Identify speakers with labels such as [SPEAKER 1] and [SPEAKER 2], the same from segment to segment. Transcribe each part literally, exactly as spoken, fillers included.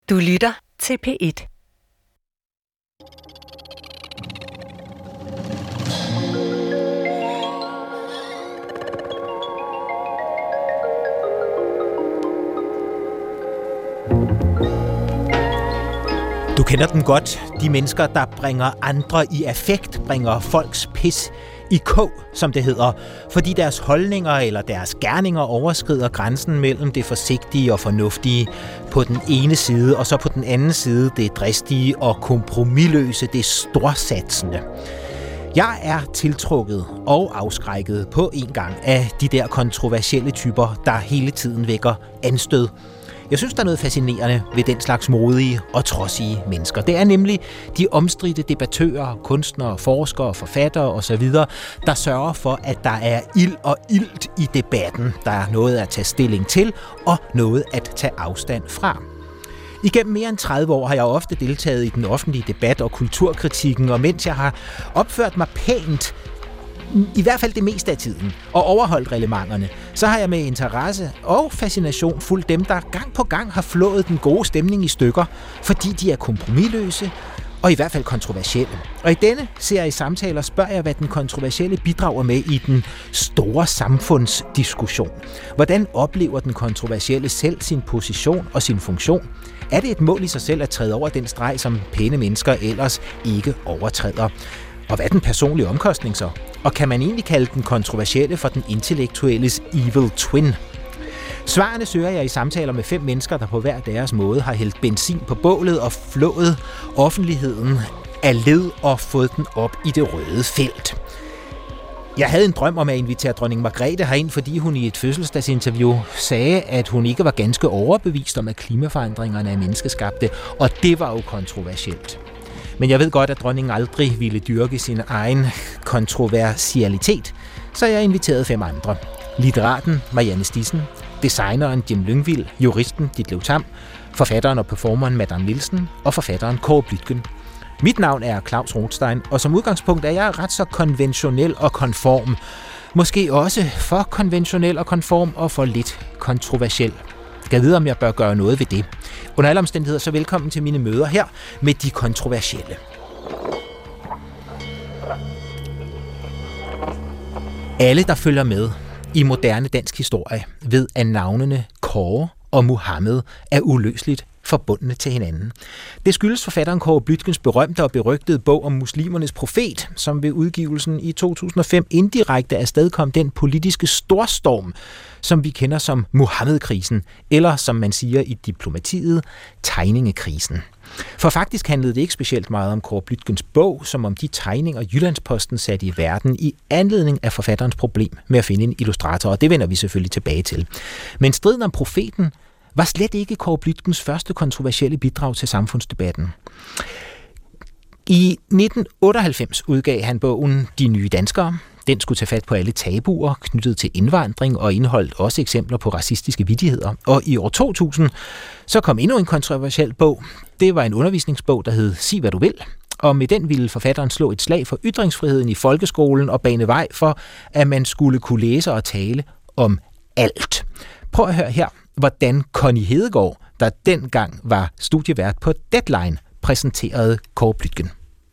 [SPEAKER 1] Du lytter til P et.
[SPEAKER 2] Du kender dem godt, de mennesker, der bringer andre i affekt, bringer folks pis i kog, som det hedder, fordi deres holdninger eller deres gerninger overskrider grænsen mellem det forsigtige og fornuftige på den ene side, og så på den anden side det dristige og kompromisløse, det storsatsende. Jeg er tiltrukket og afskrækket på en gang af de der kontroversielle typer, der hele tiden vækker anstød. Jeg synes, der er noget fascinerende ved den slags modige og trodsige mennesker. Det er nemlig de omstridte debattører, kunstnere, forskere, forfattere osv., der sørger for, at der er ild og ilt i debatten. Der er noget at tage stilling til og noget at tage afstand fra. Igennem mere end tredive år har jeg ofte deltaget i den offentlige debat og kulturkritikken, og mens jeg har opført mig pænt, i hvert fald det meste af tiden, og overholdt reglementerne, så har jeg med interesse og fascination fulgt dem, der gang på gang har flået den gode stemning i stykker, fordi de er kompromisløse og i hvert fald kontroversielle. Og i denne serie samtaler spørger jeg, hvad den kontroversielle bidrager med i den store samfundsdiskussion. Hvordan oplever den kontroversielle selv sin position og sin funktion? Er det et mål i sig selv at træde over den streg, som pæne mennesker ellers ikke overtræder? Og hvad er den personlige omkostning så? Og kan man egentlig kalde den kontroversielle for den intellektuelles evil twin? Svarene søger jeg i samtaler med fem mennesker, der på hver deres måde har hældt benzin på bålet og flået offentligheden af led og fået den op i det røde felt. Jeg havde en drøm om at invitere dronning Margrethe herind, fordi hun i et fødselsdagsinterview sagde, at hun ikke var ganske overbevist om, at klimaforandringerne er menneskeskabte, og det var jo kontroversielt. Men jeg ved godt, at dronningen aldrig ville dyrke sin egen kontroversialitet, så jeg inviterede fem andre. Litteraten Marianne Stidsen, designeren Jim Lyngvild, juristen Ditlev Tamm, forfatteren og performeren Madame Nielsen og forfatteren Kåre Bluitgen. Mit navn er Claus Rothstein, og som udgangspunkt er jeg ret så konventionel og konform. Måske også for konventionel og konform og for lidt kontroversiel. Jeg ved, om jeg bør gøre noget ved det. Under alle omstændigheder, så velkommen til mine møder her med de kontroversielle. Alle, der følger med i moderne dansk historie, ved, at navnene Kåre og Muhammed er uløseligt forbundne til hinanden. Det skyldes forfatteren Kåre Bluitgens berømte og berygtede bog om muslimernes profet, som ved udgivelsen i to tusind og fem indirekte afstedkom den politiske storstorm, som vi kender som Muhammed-krisen, eller som man siger i diplomatiet, tegningekrisen. For faktisk handlede det ikke specielt meget om Kåre Bluitgens bog, som om de tegninger Jyllandsposten satte i verden i anledning af forfatterens problem med at finde en illustrator, og det vender vi selvfølgelig tilbage til. Men striden om profeten var slet ikke Kåre Bluitgens første kontroversielle bidrag til samfundsdebatten. I nitten otteoghalvfems udgav han bogen De nye danskere. Den skulle tage fat på alle tabuer knyttet til indvandring og indeholdt også eksempler på racistiske vittigheder. Og i år to tusind så kom endnu en kontroversiel bog. Det var en undervisningsbog, der hed Sig hvad du vil. Og med den ville forfatteren slå et slag for ytringsfriheden i folkeskolen og bane vej for, at man skulle kunne læse og tale om alt. Prøv at høre her, hvordan Connie Hedegaard, der dengang var studievært på Deadline, præsenterede Kåre Bluitgen.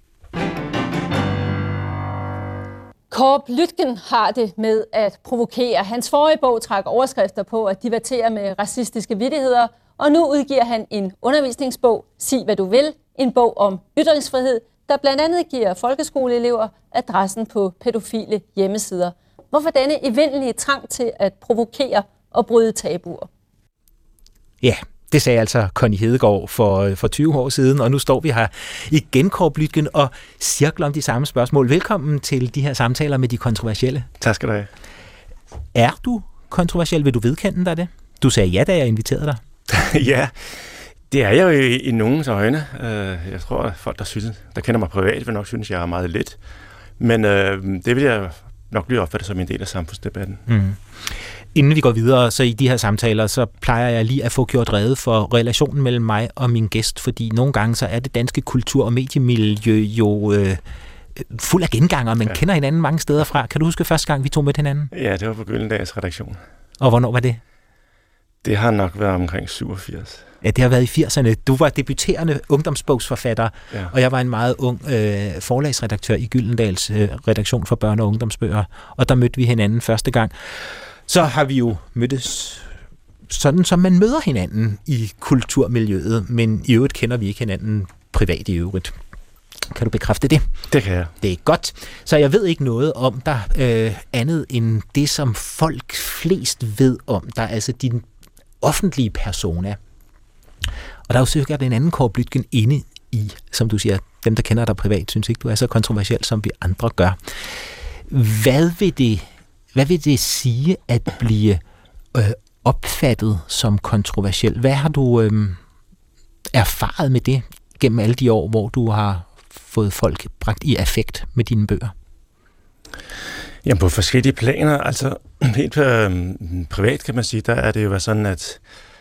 [SPEAKER 3] Kåre Bluitgen har det med at provokere. Hans forrige bog trak overskrifter på at divertere med racistiske vittigheder, og nu udgiver han en undervisningsbog, Sig hvad du vil, en bog om ytringsfrihed, der blandt andet giver folkeskoleelever adressen på pædofile hjemmesider. Hvorfor denne evindelige trang til at provokere og bryde tabuer?
[SPEAKER 2] Ja, det sagde altså Connie Hedegaard for, for tyve år siden, og nu står vi her igen, Kåre Bluitgen, og cirkler om de samme spørgsmål. Velkommen til de her samtaler med de kontroversielle.
[SPEAKER 4] Tak skal du have.
[SPEAKER 2] Er du kontroversiel? Vil du vedkende dig det? Du sagde ja, da jeg inviterede dig.
[SPEAKER 4] Ja, det er jeg jo i, i nogens øjne. Jeg tror, at folk, der, synes, der kender mig privat, vil nok synes, at jeg er meget lidt. Men øh, det vil jeg nok blive opfattet som en del af samfundsdebatten.
[SPEAKER 2] Mm. Inden vi går videre, så i de her samtaler, så plejer jeg lige at få gjort rede for relationen mellem mig og min gæst, fordi nogle gange så er det danske kultur- og mediemiljø jo øh, fuld af genganger, man ja. kender hinanden mange steder fra. Kan du huske første gang, vi tog med hinanden?
[SPEAKER 4] Ja, det var på Gyldendals redaktion.
[SPEAKER 2] Og hvornår var det?
[SPEAKER 4] Det har nok været omkring syvogfirs.
[SPEAKER 2] Ja, det har været i firserne. Du var debuterende ungdomsbogsforfatter, ja. Og jeg var en meget ung øh, forlagsredaktør i Gyldendals øh, redaktion for børne- og ungdomsbøger, og der mødte vi hinanden første gang. Så har vi jo mødtes sådan, som man møder hinanden i kulturmiljøet, men i øvrigt kender vi ikke hinanden privat i øvrigt. Kan du bekræfte det?
[SPEAKER 4] Det kan jeg.
[SPEAKER 2] Det er godt. Så jeg ved ikke noget om dig øh, andet end det, som folk flest ved om dig, altså din offentlige persona. Og der er jo sikkert en anden Kåre Bluitgen inde i, som du siger, dem, der kender dig privat, synes ikke, du er så kontroversiel, som vi andre gør. Hvad vil det, hvad vil det sige at blive øh, opfattet som kontroversiel? Hvad har du øh, erfaret med det gennem alle de år, hvor du har fået folk bragt i affekt med dine bøger?
[SPEAKER 4] Jamen på forskellige planer. Altså helt øh, privat kan man sige, der er det jo sådan, at,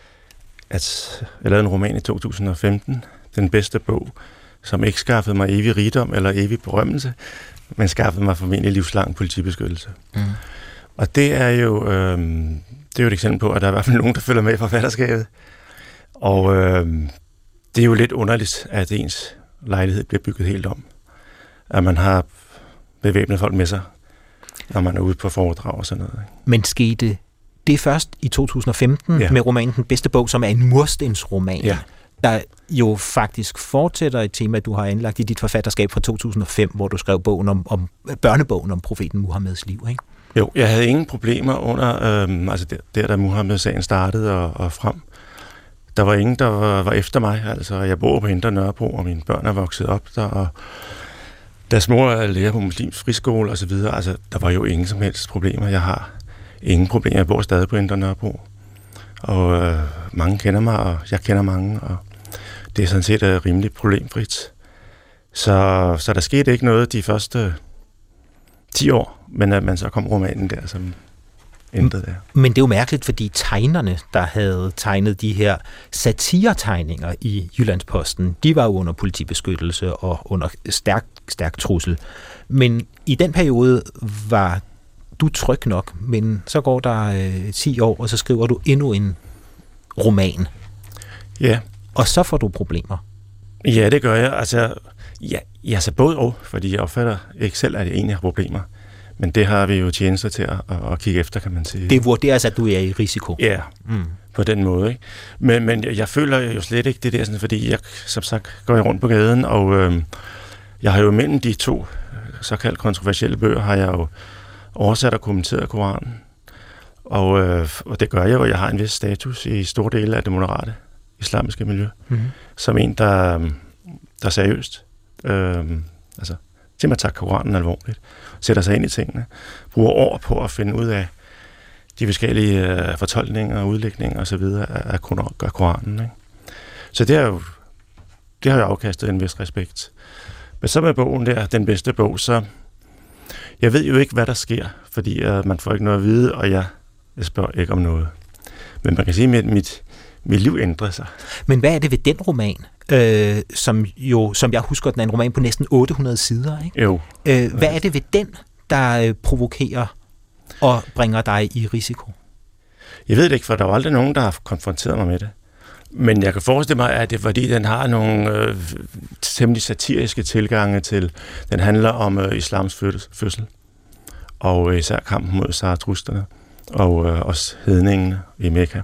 [SPEAKER 4] at jeg lavede en roman i to tusind og femten, den bedste bog, som ikke skaffede mig evig rigdom eller evig berømmelse, men skaffede mig formentlig livslang politibeskyttelse. Mm. Og det er jo øh, det er jo et eksempel på, at der er i hvert fald nogen, der følger med i forfatterskabet. Og øh, det er jo lidt underligt, at ens lejlighed bliver bygget helt om. At man har bevæbnet folk med sig, når man er ude på foredrag og sådan noget. Ikke?
[SPEAKER 2] Men skete det først i to tusind og femten ja. Med romanen Den bedste bog, som er en murstensroman, ja. Der jo faktisk fortsætter et tema, du har anlagt i dit forfatterskab fra to tusind og fem, hvor du skrev bogen om, om børnebogen om profeten Muhammeds liv, ikke?
[SPEAKER 4] Jo, jeg havde ingen problemer under, øhm, altså der, der, da Muhammed-sagen startede og, og frem. Der var ingen, der var, var efter mig. Altså, jeg bor på Indre Nørrebro, og mine børn er vokset op der, og deres mor er lærer på muslimsk friskole og så videre. Altså, der var jo ingen som helst problemer. Jeg har ingen problemer. Jeg bor stadig på Indre Nørrebro. Og øh, mange kender mig, og jeg kender mange, og det er sådan set uh, rimelig problemfrit. Så, så der skete ikke noget de første ti år, men at man så kom romanen der, som ændrede der.
[SPEAKER 2] Men det er jo mærkeligt, fordi tegnerne, der havde tegnet de her satiretegninger i Jyllandsposten, de var jo under politibeskyttelse og under stærk, stærk trussel. Men i den periode var du tryg nok, men så går der øh, ti år, og så skriver du endnu en roman.
[SPEAKER 4] Ja.
[SPEAKER 2] Og så får du problemer.
[SPEAKER 4] Ja, det gør jeg. Altså, ja, ja så både og, fordi jeg opfatter ikke selv, at jeg egentlig har problemer. Men det har vi jo tjenester til at, at kigge efter, kan man sige.
[SPEAKER 2] Det vurderes, at du er i risiko.
[SPEAKER 4] Ja, mm. på den måde. Ikke? Men, men jeg føler jo slet ikke det der, sådan, fordi jeg, som sagt, går jeg rundt på gaden, og øh, jeg har jo mellem de to såkaldt kontroversielle bøger, har jeg jo oversat og kommenteret Koranen. Og, øh, og det gør jeg jo, jeg har en vis status i store dele af det moderate islamiske miljø, mm-hmm. som en, der, der er seriøst. Øh, altså, simpelthen tager Koranen alvorligt, sætter sig ind i tingene, bruger år på at finde ud af de forskellige øh, fortolkninger og udlægninger og så videre af, af Koranen. Ikke? Så det har jo det har jo afkastet en vis respekt. Men så med bogen der, den bedste bog, så jeg ved jo ikke, hvad der sker, fordi øh, man får ikke noget at vide, og jeg, jeg spørger ikke om noget. Men man kan sige, at mit, mit liv ændrer sig. Men
[SPEAKER 2] hvad er det ved den roman, øh, som jo, som jeg husker, den er en roman på næsten otte hundrede sider, ikke?
[SPEAKER 4] Jo.
[SPEAKER 2] Øh, hvad er det ved den, der øh, provokerer og bringer dig i risiko?
[SPEAKER 4] Jeg ved det ikke, for der er aldrig nogen, der har konfronteret mig med det. Men jeg kan forestille mig, at det er fordi, den har nogle øh, temmelig satiriske tilgange til, den handler om øh, islams fødsel, og øh, især kampen mod zarathusterne, og øh, også hedningene i Mekka.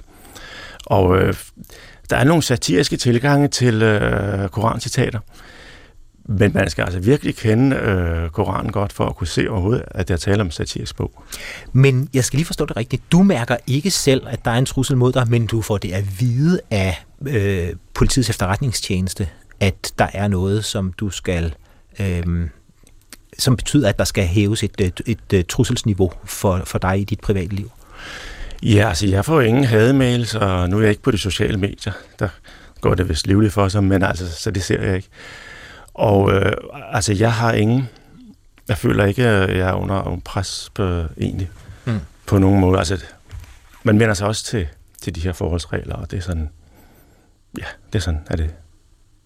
[SPEAKER 4] Og øh, der er nogle satiriske tilgange til øh, korancitater, men man skal altså virkelig kende øh, Koranen godt for at kunne se overhovedet, at der taler om satirisk bog.
[SPEAKER 2] Men jeg skal lige forstå det rigtigt. Du mærker ikke selv, at der er en trussel mod dig, men du får det at vide af øh, politiets efterretningstjeneste, at der er noget, som du skal, øh, som betyder, at der skal hæves et, et, et, et trusselsniveau for, for dig i dit private liv.
[SPEAKER 4] Ja, altså jeg får ingen hademails, og nu er jeg ikke på de sociale medier. Der går det vist livligt for sig, men altså, så det ser jeg ikke. Og øh, altså, jeg har ingen... Jeg føler ikke, at jeg er under pres på, egentlig, mm. på nogen måde. Altså, man vender sig også til, til de her forholdsregler, og det er sådan... Ja, det er sådan, er det.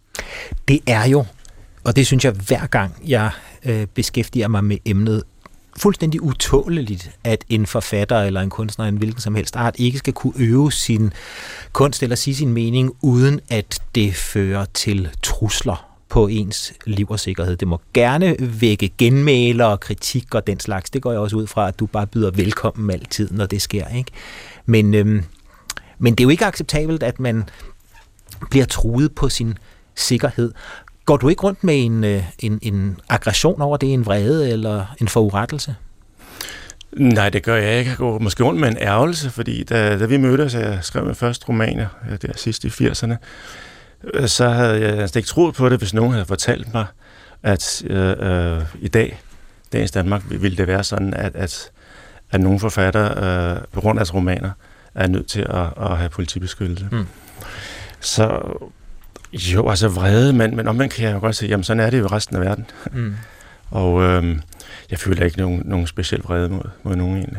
[SPEAKER 2] Det er jo, og det synes jeg hver gang, jeg øh, beskæftiger mig med emnet, fuldstændig utåleligt, at en forfatter eller en kunstner af en hvilken som helst art ikke skal kunne øve sin kunst eller sige sin mening, uden at det fører til trusler på ens liv og sikkerhed. Det må gerne vække genmæler og kritik og den slags. Det går jeg også ud fra, at du bare byder velkommen altid, når det sker, ikke? Men, øhm, men det er jo ikke acceptabelt, at man bliver truet på sin sikkerhed. Går du ikke rundt med en, en, en aggression over det, en vrede eller en forurettelse?
[SPEAKER 4] Nej, det gør jeg ikke. Jeg går måske rundt med en ærgelse, fordi da, da vi mødtes, jeg skrev min første romaner, der sidst i firserne, så havde jeg altså ikke troet på det, hvis nogen havde fortalt mig, at øh, øh, i dag, dagens Danmark, ville det være sådan, at, at, at nogle forfattere øh, på grund af deres romaner er nødt til at, at have politibeskyttelse. Mm. Så jo, altså vrede, men, men omvendt kan jeg jo godt sige, jamen sådan er det jo resten af verden. Mm. Og øh, jeg føler ikke nogen, nogen speciel vrede mod, mod nogen egentlig.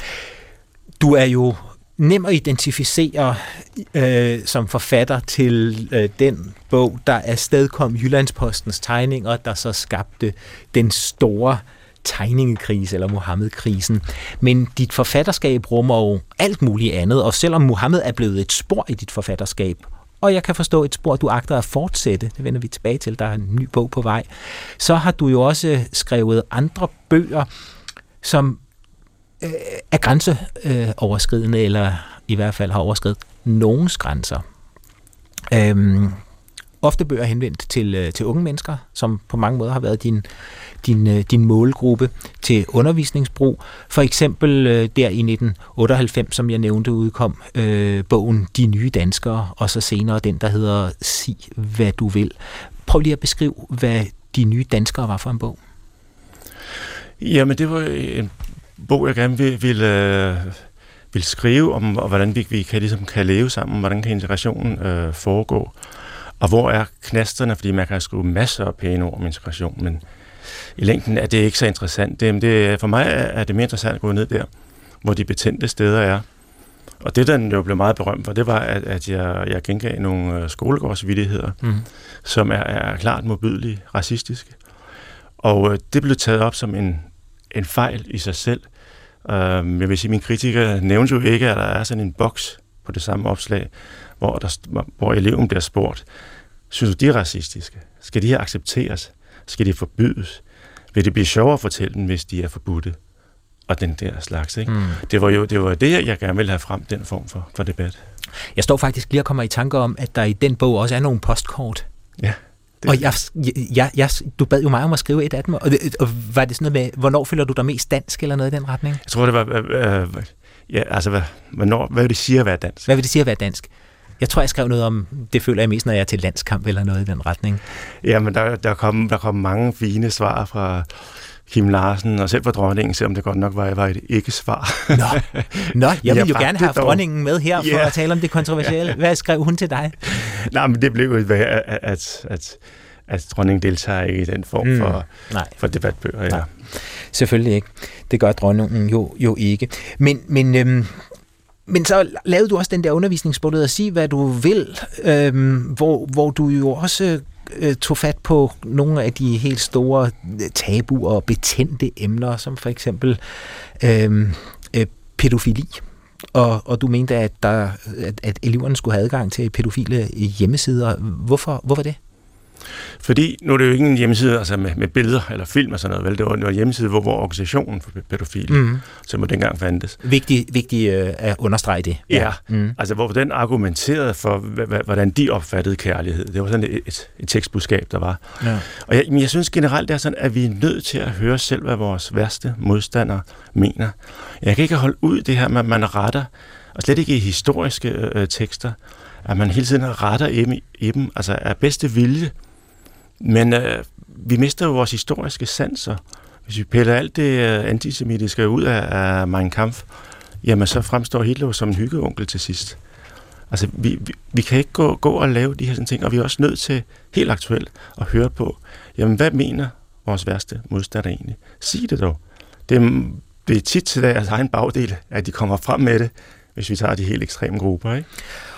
[SPEAKER 2] Du er jo nem at identificere øh, som forfatter til øh, den bog, der afstedkom Jyllandspostens tegninger, der så skabte den store tegningekrise, eller Muhammed-krisen. Men dit forfatterskab rummer jo alt muligt andet, og selvom Muhammed er blevet et spor i dit forfatterskab, og jeg kan forstå et spor, du agter at fortsætte, det vender vi tilbage til, der er en ny bog på vej, så har du jo også skrevet andre bøger, som øh, er grænseoverskridende, øh, eller i hvert fald har overskredet nogens grænser. Øhm, ofte bøger henvendt til, øh, til unge mennesker, som på mange måder har været din, din, øh, din målgruppe til undervisningsbrug. For eksempel øh, der i nitten otteoghalvfems, som jeg nævnte, udkom øh, bogen De Nye Danskere, og så senere den, der hedder Sig hvad du vil. Prøv lige at beskrive, hvad De Nye Danskere var for en bog.
[SPEAKER 4] Jamen, det var en bog, jeg gerne ville, ville, ville skrive om, og hvordan vi, vi kan, ligesom, kan leve sammen, hvordan kan integrationen øh, foregå, og hvor er knasterne, fordi man kan skrive masser af pæne ord om integration, men i længden er det ikke så interessant. Det, det, for mig er det mere interessant at gå ned der, hvor de betændte steder er. Og det, der jo blev meget berømt for, det var, at, at jeg, jeg gengav nogle skolegårdsvittigheder, mm. som er, er klart modbydelige, racistiske. Og øh, det blev taget op som en, en fejl i sig selv. Uh, jeg vil sige, mine kritikere nævnte jo ikke, at der er sådan en boks på det samme opslag, hvor, der, hvor eleven bliver spurgt, synes du, de er racistiske? Skal de her accepteres? Skal de forbydes? Vil det blive sjovere at fortælle dem, hvis de er forbudte? Og den der slags, ikke? Mm. Det var jo det, var det, jeg gerne ville have frem, den form for, for debat.
[SPEAKER 2] Jeg står faktisk lige og kommer i tanke om, at der i den bog også er nogle postkort. Ja. Det. Og jeg, jeg, jeg, du bad jo mig om at skrive et af dem, og, det, og var det sådan noget med, hvornår føler du dig mest dansk, eller noget i den retning?
[SPEAKER 4] Jeg tror, det var, øh, ja, altså, hvad, hvornår, hvad vil det sige at være dansk?
[SPEAKER 2] Hvad vil det sige at være dansk? Jeg tror, jeg skrev noget om, det føler jeg mest, når jeg er til landskamp, eller noget i den retning.
[SPEAKER 4] Ja, men der, der, kom, der kom mange fine svar fra Kim Larsen, og selv fra dronningen, selvom det godt nok var, var et ikke-svar.
[SPEAKER 2] Nå, Nå jeg vil jo gerne have dronningen med her, for yeah. at tale om det kontroversielle. Hvad skrev hun til dig?
[SPEAKER 4] Nej, men det blev jo, at, at, at, at dronningen deltager ikke i den form mm, for, for debatbøger. Ja.
[SPEAKER 2] Selvfølgelig ikke. Det gør dronningen jo, jo ikke. Men, men, øhm, men så lavede du også den der undervisningsbog, der Sig hvad du vil, øhm, hvor, hvor du jo også tog fat på nogle af de helt store tabuer og betændte emner, som for eksempel øh, øh, pædofili. Og, og du mente, at, der, at, at eleverne skulle have adgang til pædofile hjemmesider. Hvorfor, hvorfor det?
[SPEAKER 4] Fordi nu er det jo ikke en hjemmeside altså med, med billeder eller film og sådan noget, vel? Det var, det var en hjemmeside, hvor, hvor organisationen for pædofile, mm. som dengang gang fandtes.
[SPEAKER 2] Vigtigt vigtig, øh, at understrege det.
[SPEAKER 4] Ja, ja. Mm. Altså hvor den argumenterede for, hvordan de opfattede kærlighed. Det var sådan et, et, et tekstbudskab, der var. Ja. Og jeg, men jeg synes generelt, det er sådan, at vi er nødt til at høre selv, hvad vores værste modstandere mener. Jeg kan ikke holde ud det her med, at man retter, og slet ikke i historiske øh, tekster, at man hele tiden retter i, i dem, altså af bedste vilje. Men øh, vi mister jo vores historiske sanser. Hvis vi piller alt det øh, antisemitiske ud af, af Mein Kampf, jamen så fremstår Hitler som en hyggeonkel til sidst. Altså, vi, vi, vi kan ikke gå, gå og lave de her sådan ting, og vi er også nødt til helt aktuelt at høre på, jamen hvad mener vores værste modstander egentlig? Sig det dog. Det er, det er tit til deres egen bagdel, at de kommer frem med det, hvis vi tager de helt ekstreme grupper, ikke?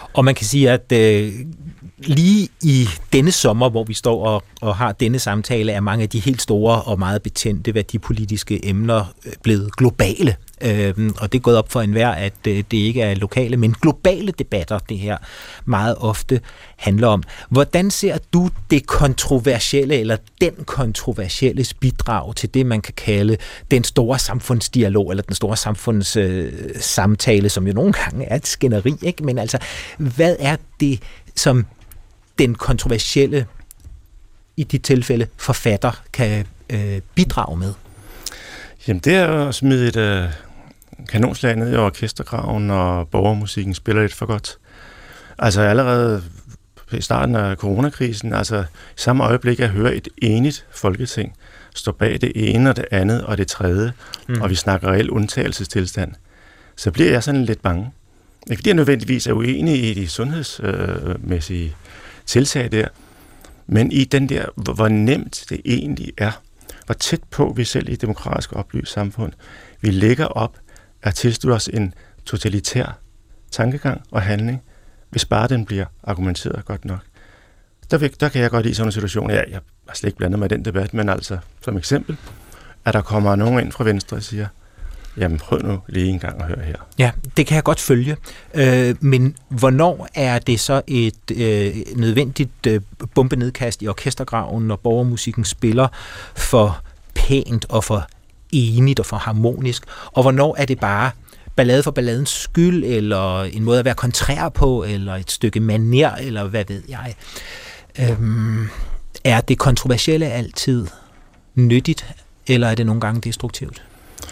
[SPEAKER 2] Og man kan sige, at øh, lige i denne sommer, hvor vi står og, og har denne samtale, er mange af de helt store og meget betændte værdipolitiske emner blevet globale. Øhm, og det er gået op for enhver, at øh, det ikke er lokale, men globale debatter, det her meget ofte handler om. Hvordan ser du det kontroversielle, eller den kontroversielle bidrag til det, man kan kalde den store samfundsdialog, eller den store samfundssamtale, øh, som jo nogle gange er et skænderi, ikke? Men altså, hvad er det, som den kontroversielle, i de tilfælde, forfatter kan øh, bidrage med?
[SPEAKER 4] Jamen, det er at smide et øh, kanonslag ned i orkestergraven, og borgermusikken spiller lidt for godt. Altså allerede i starten af coronakrisen, altså i samme øjeblik at høre et enigt folketing stå bag det ene og det andet og det tredje, mm. og vi snakker reelt undtagelsestilstand, så bliver jeg sådan lidt bange. Ikke fordi jeg nødvendigvis er uenig i de sundhedsmæssige tiltag der, men i den der, hvor nemt det egentlig er, hvor tæt på vi selv i et demokratisk oplyst samfund, vi lægger op at tilslutte os en totalitær tankegang og handling, hvis bare den bliver argumenteret godt nok. Der, vil, der kan jeg godt i sådan en situation, ja, jeg har slet ikke blandet mig i den debat, men altså som eksempel, at der kommer nogen ind fra venstre og siger, jamen prøv nu lige en gang at høre her.
[SPEAKER 2] Ja, det kan jeg godt følge. Øh, men hvornår er det så et øh, nødvendigt øh, bombenedkast i orkestergraven, når borgermusikken spiller for pænt og for enigt og for harmonisk? Og hvornår er det bare ballade for balladens skyld, eller en måde at være kontrær på, eller et stykke maner, eller hvad ved jeg? Øhm, er det kontroversielle altid nyttigt, eller er det nogle gange destruktivt?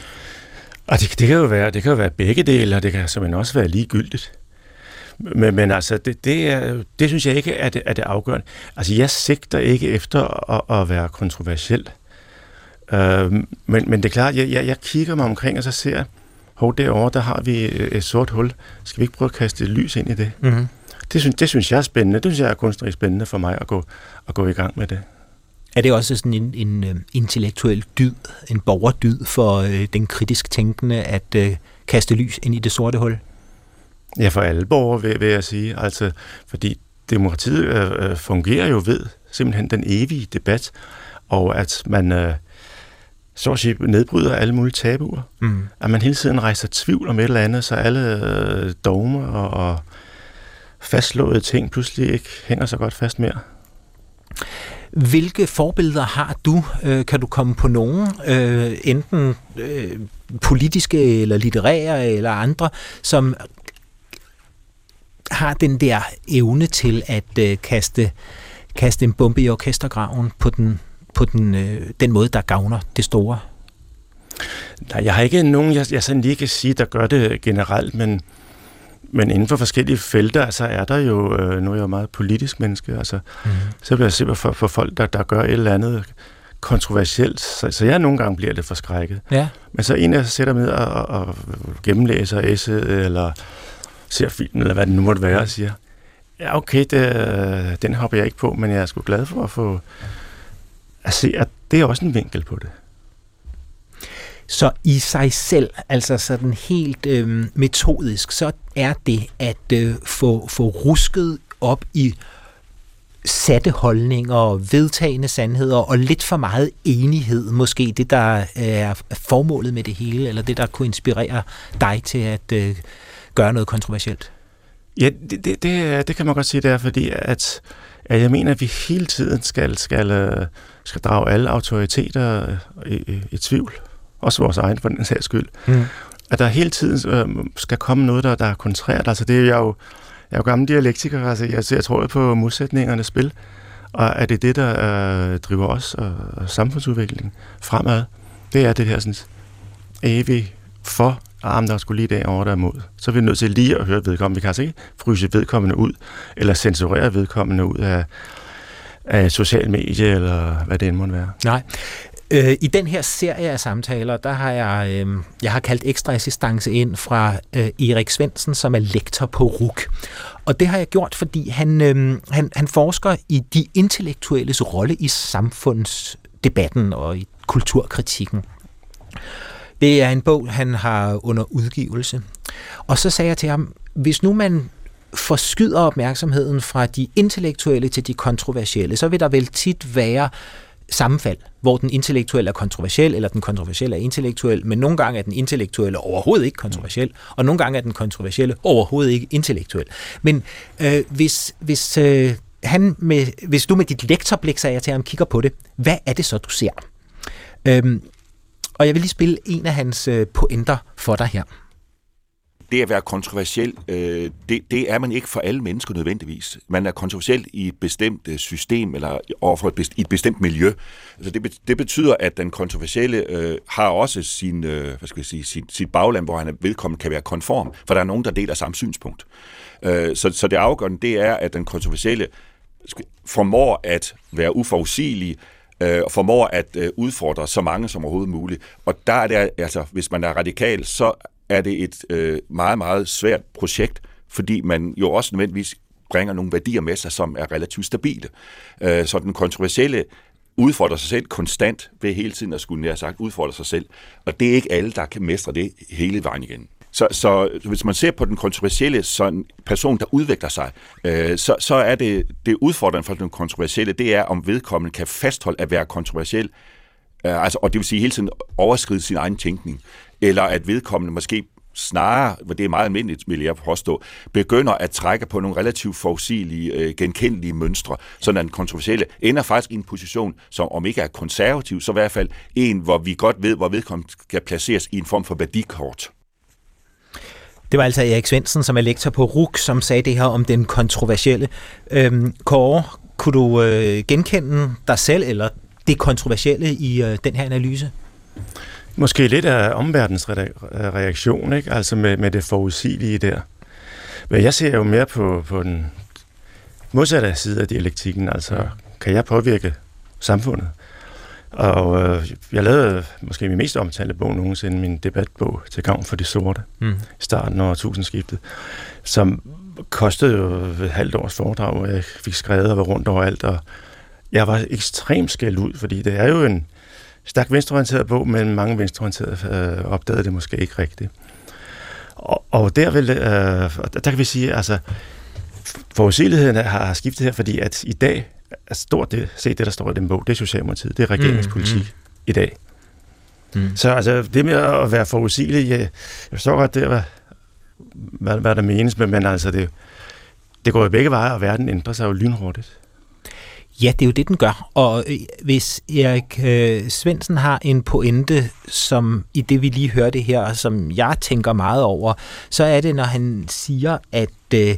[SPEAKER 4] Og det, det kan jo være, det kan jo være begge dele, og det kan simpelthen også være ligegyldigt. Men, men altså, det, det, er, det synes jeg ikke er det, er det afgørende. Altså, jeg sigter ikke efter at, at være kontroversiel. Øh, men, men det er klart, jeg, jeg, jeg kigger mig omkring, og så ser jeg, hov, derovre, der har vi et sort hul. Skal vi ikke prøve at kaste et lys ind i det? Mm-hmm. Det, synes, det synes jeg er spændende. Det synes jeg er kunstnerisk spændende for mig at gå, at gå i gang med det.
[SPEAKER 2] Er det også sådan en, en uh, intellektuel dyd, en borgerdyd for uh, den kritisk tænkende at uh, kaste lys ind i det sorte hul?
[SPEAKER 4] Ja, for alle borgere, vil, vil jeg sige. Altså, fordi demokratiet uh, fungerer jo ved simpelthen den evige debat, og at man uh, så at sige nedbryder alle mulige tabuer. Mm. At man hele tiden rejser tvivl om et eller andet, så alle uh, dogmer og, og fastslåede ting pludselig ikke hænger så godt fast mere.
[SPEAKER 2] Hvilke forbilleder har du? Kan du komme på nogen, enten politiske eller litterære eller andre, som har den der evne til at kaste, kaste en bombe i orkestergraven på den, på den, den måde, der gavner det store?
[SPEAKER 4] Nej, jeg har ikke nogen, jeg, jeg sådan lige kan sige, der gør det generelt, men Men inden for forskellige felter, altså er der jo, øh, nu er jeg jo meget politisk menneske, altså, mm. så bliver jeg simpelthen for, for folk, der, der gør et eller andet kontroversielt, så, så jeg nogle gange bliver lidt forskrækket. Ja. Men så en, jeg sætter med og, og gennemlæser essayet, eller ser filmen, eller hvad det nu måtte være, og siger, ja okay, det, den hopper jeg ikke på, men jeg er sgu glad for at få at se, at det er også en vinkel på det.
[SPEAKER 2] Så i sig selv, altså sådan helt øh, metodisk, så er det at øh, få, få rusket op i satte holdninger, vedtagende sandheder og lidt for meget enighed, måske det, der er formålet med det hele, eller det, der kunne inspirere dig til at øh, gøre noget kontroversielt?
[SPEAKER 4] Ja, det, det, det, det kan man godt sige, det er, fordi at, at jeg mener, at vi hele tiden skal, skal, skal drage alle autoriteter i, i, i tvivl. Også vores egen, for den sags skyld. Mm. At der hele tiden øh, skal komme noget, der, der er kontrært. Altså, det er jeg jo, jeg er jo gammel dialektiker, altså, jeg, jeg tror på modsætningernes spil, og er det det, der øh, driver os og, og samfundsudviklingen fremad, det er det her sådan, evigt for, at der skulle lige derovre der imod. Så er vi nødt til lige at høre vedkommende. Vi kan altså ikke fryse vedkommende ud, eller censurere vedkommende ud af, af social medie, eller hvad det end måtte være.
[SPEAKER 2] Nej. I den her serie af samtaler, der har jeg, øh, jeg har kaldt ekstra assistance ind fra øh, Erik Svendsen, som er lektor på R U C. Og det har jeg gjort, fordi han, øh, han, han forsker i de intellektuelles rolle i samfundsdebatten og i kulturkritikken. Det er en bog, han har under udgivelse. Og så sagde jeg til ham, hvis nu man forskyder opmærksomheden fra de intellektuelle til de kontroversielle, så vil der vel tit være sammenfald, hvor den intellektuelle er kontroversiel, eller den kontroversielle er intellektuel, men nogle gange er den intellektuelle overhovedet ikke kontroversiel, og nogle gange er den kontroversielle overhovedet ikke intellektuel. Men øh, hvis, hvis, øh, han med, hvis du med dit lektorblik, sagde jeg til ham, kigger på det, hvad er det så, du ser? Øhm, og jeg vil lige spille en af hans øh, pointer for dig her.
[SPEAKER 1] Det at være kontroversiel, øh, det, det er man ikke for alle mennesker nødvendigvis. Man er kontroversiel i et bestemt øh, system eller overfor et, best, i et bestemt miljø. Altså det, det betyder, at den kontroversielle øh, har også sin, øh, hvad skal jeg sige, sin, sit bagland, hvor han er velkommen kan være konform, for der er nogen, der deler samme synspunkt. Øh, så, så det afgørende, det er, at den kontroversielle formår at være uforudsigelig, øh, og formår at øh, udfordre så mange som overhovedet muligt. Og der er det, altså, hvis man er radikal, så er det et øh, meget, meget svært projekt, fordi man jo også nødvendigvis bringer nogle værdier med sig, som er relativt stabile. Øh, så den kontroversielle udfordrer sig selv konstant ved hele tiden at skulle, nær sagt, udfordre sig selv. Og det er ikke alle, der kan mestre det hele vejen igen. Så, så hvis man ser på den kontroversielle sådan person, der udvikler sig, øh, så, så er det, det udfordrende for den kontroversielle, det er, om vedkommende kan fastholde at være kontroversiel, øh, altså, og det vil sige hele tiden overskride sin egen tænkning, eller at vedkommende måske snarere, hvor det er meget almindeligt, vil jeg påstå, begynder at trække på nogle relativt forudsigelige, øh, genkendelige mønstre, sådan at den kontroversielle ender faktisk i en position, som om ikke er konservativ, så i hvert fald en, hvor vi godt ved, hvor vedkommende skal placeres i en form for værdikort.
[SPEAKER 2] Det var altså Erik Svendsen, som er lektor på R U C, som sagde det her om den kontroversielle. Øhm, Kåre, kunne du øh, genkende dig selv, eller det kontroversielle i øh, den her analyse?
[SPEAKER 4] Måske lidt af omverdens reaktion, ikke? Altså med, med det forudsigelige der. Men jeg ser jo mere på, på den modsatte side af dialektikken, altså kan jeg påvirke samfundet? Og øh, jeg lavede måske min mest omtalte bog nogensinde, min debatbog til gavn for de sorte, mm. i starten af årtusindskiftet, som kostede jo et halvt års foredrag, hvor jeg fik skrevet og var rundt overalt, og jeg var ekstremt skældt ud, fordi det er jo en stærkt venstreorienteret bog, men mange venstreorienterede øh, opdagede det måske ikke rigtigt. Og, og der, vil, øh, der kan vi sige, altså forudsigeligheden har skiftet her, fordi at i dag er stort det, se det, der står i den bog, det er Socialdemokratiet, det er regeringspolitik mm, mm. i dag. Mm. Så altså, det med at være forudsigelig, jeg, jeg forstår godt, det er, hvad, hvad der menes, men altså, det, det går jo begge veje, og verden ændrer sig jo lynhurtigt.
[SPEAKER 2] Ja, det er jo det, den gør. Og hvis Erik øh, Svendsen har en pointe, som i det, vi lige hørte her, som jeg tænker meget over, så er det, når han siger, at øh,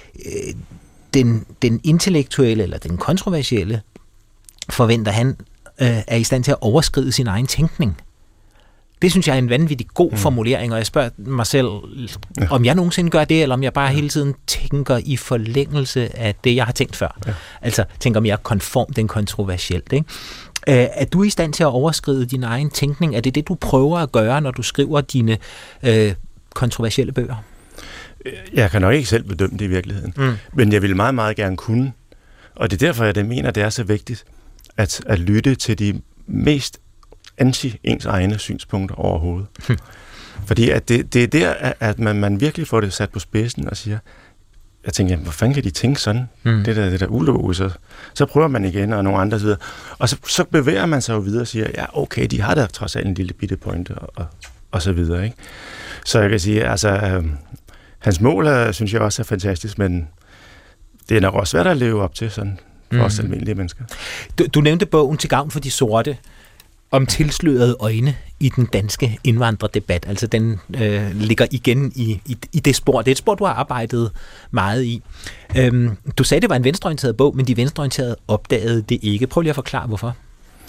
[SPEAKER 2] den, den intellektuelle eller den kontroversielle forventer han øh, er i stand til at overskride sin egen tænkning. Det synes jeg er en vanvittig god mm. formulering, og jeg spørger mig selv, ja. om jeg nogensinde gør det, eller om jeg bare hele tiden tænker i forlængelse af det, jeg har tænkt før. Ja. Altså tænker mere konformt end kontroversielt. Ikke? Øh, er du i stand til at overskride din egen tænkning? Er det det, du prøver at gøre, når du skriver dine øh, kontroversielle bøger?
[SPEAKER 4] Jeg kan nok ikke selv bedømme det i virkeligheden, mm. men jeg vil meget, meget gerne kunne. Og det er derfor, jeg mener, det er så vigtigt at, at lytte til de mest anti-ens egne synspunkter overhovedet. Hmm. Fordi at det, det er der, at man, man virkelig får det sat på spidsen og siger, jeg tænker, hvor fanden kan de tænke sådan? Hmm. Det der, det der ulogisk. Så, så prøver man igen, og nogle andre sider. Og så, så bevæger man sig jo videre og siger, ja, okay, de har da trods alt en lille bitte pointe, og, og, og så videre. Ikke? Så jeg kan sige, altså, øh, hans mål, er, synes jeg også er fantastisk, men det er nok også svært at leve op til sådan, for hmm. os almindelige mennesker.
[SPEAKER 2] Du, du nævnte bogen Til gavn for de sorte, om tilslørede øjne i den danske indvandrerdebat. Altså den øh, ligger igen i, i, i det spor. Det er et spor, du har arbejdet meget i. Øhm, du sagde, det var en venstreorienteret bog, men de venstreorienterede opdagede det ikke. Prøv lige at forklare, hvorfor.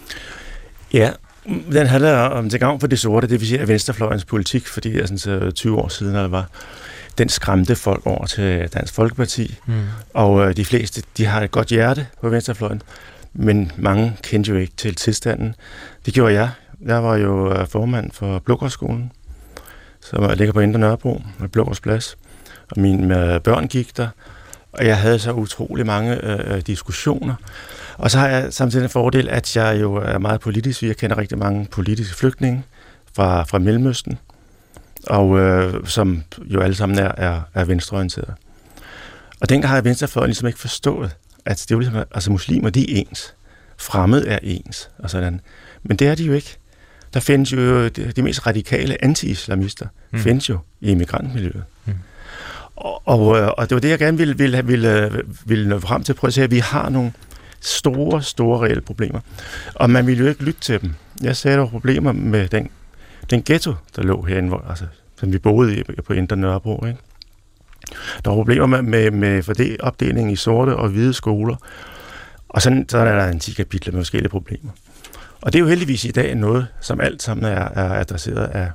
[SPEAKER 4] Ja, den handler om Til gavn for de sorte, det vil sige, at venstrefløjens politik, fordi det er sådan så tyve år siden, eller var, den skræmte folk over til Dansk Folkeparti. Mm. Og øh, de fleste, de har et godt hjerte på venstrefløjen, men mange kendte jo ikke til tilstanden. Det gjorde jeg. Jeg var jo formand for Blågårdsskolen, som ligger på Indre Nørrebro med Blågårds Plads. Og mine børn gik der, og jeg havde så utrolig mange øh, diskussioner. Og så har jeg samtidig en fordel, at jeg jo er meget politisk. Jeg kender rigtig mange politiske flygtninge fra, fra Mellemøsten, og øh, som jo alle sammen er, er, er venstreorienterede. Og dengang har venstrefløjen ligesom ikke forstået, at det er jo ligesom, altså muslimer, de er ens. Fremmed er ens, og sådan. Men det er de jo ikke. Der findes jo de, de mest radikale anti-islamister, mm. findes jo i immigrantmiljøet. Mm. Og, og, og det var det, jeg gerne ville, ville, ville, ville nå frem til. Prøve at se, at vi har nogle store, store reelle problemer. Og man ville jo ikke lytte til dem. Jeg sagde, der var problemer med den, den ghetto, der lå herinde, hvor, altså, som vi boede i på Indre Nørrebro. Ikke? Der var problemer med, med, med fordel, opdelingen i sorte og hvide skoler. Og sådan, sådan er der en ti kapitler med forskellige problemer. Og det er jo heldigvis i dag noget, som alt sammen er, er adresseret af,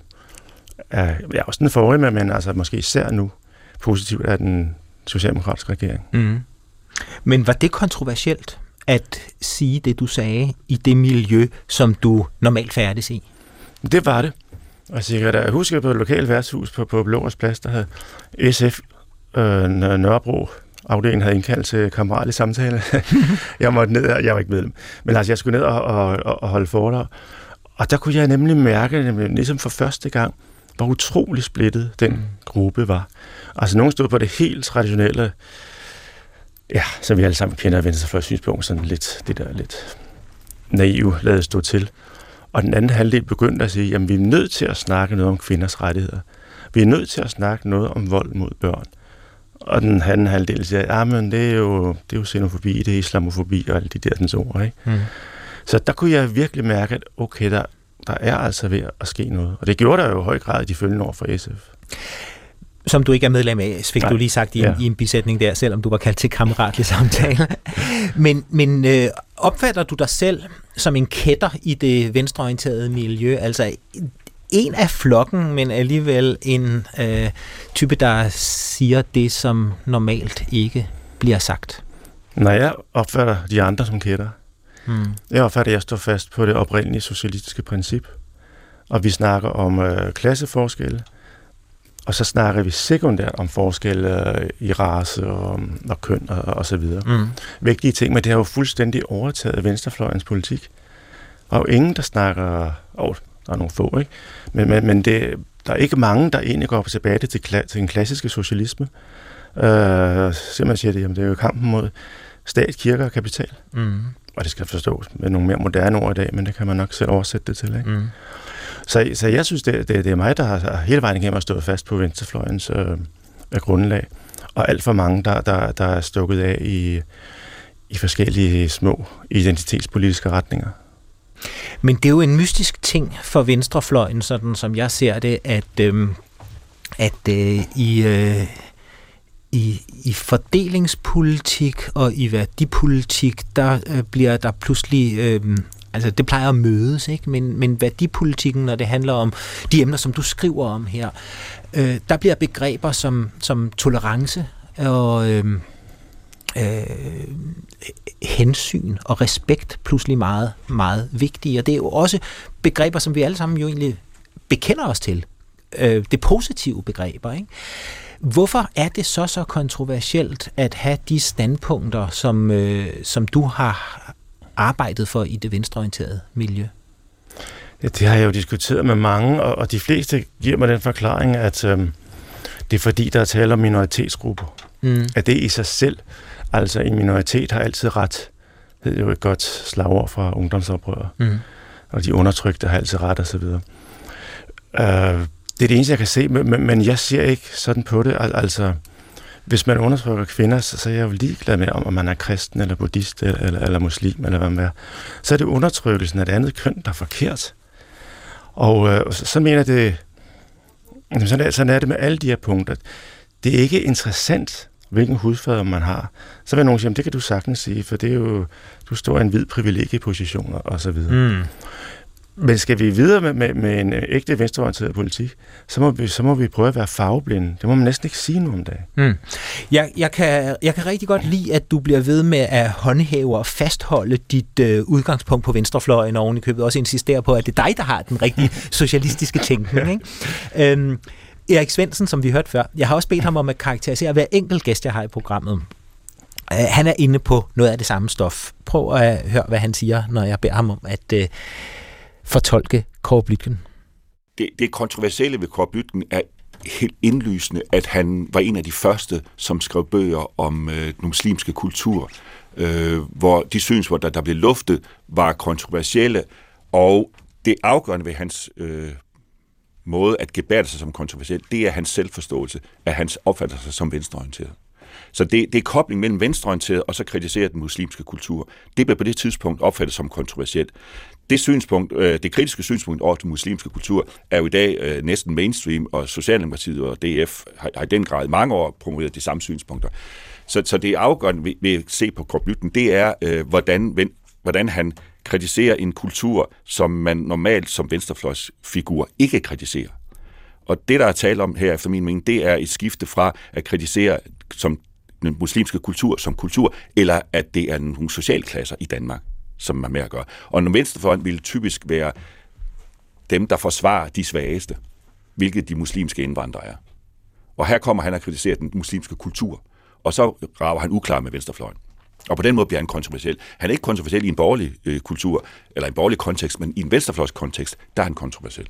[SPEAKER 4] af ja, også den forrige, men altså måske især nu positivt af den socialdemokratiske regering.
[SPEAKER 2] Mm. Men var det kontroversielt at sige det, du sagde, i det miljø, som du normalt færdes i?
[SPEAKER 4] Det var det. Altså, jeg kan da huske på et lokalt værtshus på, på Blågårds Plads, der havde S F øh, Nørrebro afdelingen havde indkaldt til kammeratlig samtale. jeg måtte ned, jeg var ikke medlem, men altså jeg skulle ned og, og, og holde foredrag. Og der kunne jeg nemlig mærke, nemlig, ligesom for første gang, hvor utrolig splittet den mm. gruppe var. Altså nogen stod på det helt traditionelle, ja, som vi alle sammen kender af venstrefløjs synspunkt, sådan lidt, det der lidt naive ladet stå til. Og den anden halvdel begyndte at sige, jamen vi er nødt til at snakke noget om kvinders rettigheder. Vi er nødt til at snakke noget om vold mod børn. Og den anden halvdel siger, ja, men det er jo, det er jo xenofobi, det er islamofobi og alle de der dens ord, ikke? Mm. Så der kunne jeg virkelig mærke, at okay, der, der er altså ved at ske noget. Og det gjorde der jo i høj grad i de følgende år for S F.
[SPEAKER 2] Som du ikke er medlem af, fik Nej. du lige sagt i en,
[SPEAKER 4] ja.
[SPEAKER 2] i en bisætning der, selvom du var kaldt til kammeratlig samtale. men men øh, opfatter du dig selv som en kætter i det venstreorienterede miljø? Altså en af flokken, men alligevel en øh, type, der siger det, som normalt ikke bliver sagt?
[SPEAKER 4] Nej, jeg opfatter de andre som kætter.
[SPEAKER 2] Hmm.
[SPEAKER 4] Jeg opfatter, at jeg står fast på det oprindelige socialistiske princip. Og vi snakker om øh, klasseforskelle, og så snakker vi sekundært om forskelle øh, i race og, og køn og, og så videre. Mm. Vigtige ting, men det har jo fuldstændig overtaget venstrefløjens politik. Og jo ingen, der snakker... Oh, der er nogle få, ikke? Men, men, men det, der er ikke mange, der egentlig går tilbage til, til den klassiske socialisme. Øh, simpelthen siger det, jamen det er jo kampen mod stat, kirke og kapital. Mm. Og det skal forstås med nogle mere moderne ord i dag, men det kan man nok selv oversætte det til, ikke? Mm. Så, så jeg synes, det, det, det er mig, der har hele vejen igennem stået fast på venstrefløjens øh, grundlag. Og alt for mange, der, der, der er stukket af i, i forskellige små identitetspolitiske retninger.
[SPEAKER 2] Men det er jo en mystisk ting for venstrefløjen, sådan som jeg ser det, at, øh, at øh, i, øh, i, i fordelingspolitik og i værdipolitik, der øh, bliver der pludselig... Øh, Altså, det plejer at mødes, ikke? Men, men værdipolitikken, når det handler om de emner, som du skriver om her, øh, der bliver begreber som, som tolerance og øh, øh, hensyn og respekt pludselig meget, meget vigtige. Og det er jo også begreber, som vi alle sammen jo egentlig bekender os til. Øh, det positive begreber, ikke? Hvorfor er det så så kontroversielt at have de standpunkter, som, øh, som du har arbejdet for i det venstreorienterede miljø?
[SPEAKER 4] Ja, det har jeg jo diskuteret med mange, og, og de fleste giver mig den forklaring, at øhm, det er fordi, der er tale om minoritetsgrupper. Mm. At det i sig selv, altså en minoritet har altid ret. Det er jo et godt slagord fra ungdomsoprøret. Mm. Og de undertrykte har altid ret, og så videre. Øh, det er det eneste, jeg kan se, men, men jeg ser ikke sådan på det. Altså, hvis man undertrykker kvinder, så, så er jeg jo ligeglad med, om man er kristen, eller buddhist, eller, eller, eller muslim, eller hvad man er. Så er det undertrykkelsen af det andet køn, der er forkert. Og øh, så, så mener det, sådan er, sådan er det med alle de her punkter. Det er ikke interessant, hvilken hudfarve man har. Så vil nogen sige, det kan du sagtens sige, for det er jo, du står i en hvid privilegieposition, og så videre. Mm. Men skal vi videre med, med, med en ægte venstreorienteret politik, så må, vi, så må vi prøve at være farveblinde. Det må man næsten ikke sige nu om dagen.
[SPEAKER 2] Mm. Jeg, jeg, kan, jeg kan rigtig godt lide, at du bliver ved med at håndhæve og fastholde dit øh, udgangspunkt på venstrefløjen, og oven i købet også insistere på, at det er dig, der har den rigtige socialistiske tænkning. Ikke? Øhm, Erik Svendsen, som vi hørte før, jeg har også bedt ham om at karakterisere hver enkelt gæst, jeg har i programmet. Uh, han er inde på noget af det samme stof. Prøv at høre, hvad han siger, når jeg beder ham om at... Øh, fortolke Kåre Bluitgen.
[SPEAKER 1] Det, det kontroversielle ved Kåre Bluitgen er helt indlysende, at han var en af de første, som skrev bøger om øh, den muslimske kultur, øh, hvor de synspunkter, der blev luftet, var kontroversielle, og det afgørende ved hans øh, måde at gebærde sig som kontroversiel, det er hans selvforståelse, at han opfatter sig som venstreorienteret. Så det, det er kobling mellem venstreorienteret og så kritisere den muslimske kultur. Det blev på det tidspunkt opfattet som kontroversielt. Det synspunkt, øh, det kritiske synspunkt over den muslimske kultur, er jo i dag øh, næsten mainstream, og Socialdemokratiet og D F har, har i den grad mange år promoveret de samme synspunkter. Så, så det er afgørende ved, ved at se på Koop Lytten, det er, øh, hvordan, hvordan han kritiserer en kultur, som man normalt som venstrefløjsfigur ikke kritiserer. Og det, der er tale om her, efter min mening, det er et skifte fra at kritisere som den muslimske kultur som kultur, eller at det er nogle socialklasser i Danmark, som man med at gøre. Og en venstrefløjen vil typisk være dem, der forsvarer de svageste, hvilket de muslimske indvandrere er. Og her kommer han at kritisere den muslimske kultur, og så rager han uklar med venstrefløjen. Og på den måde bliver han kontroversiel. Han er ikke kontroversiel i en borgerlig øh, kultur, eller en borgerlig kontekst, men i en venstrefløjskontekst, der er han kontroversiel.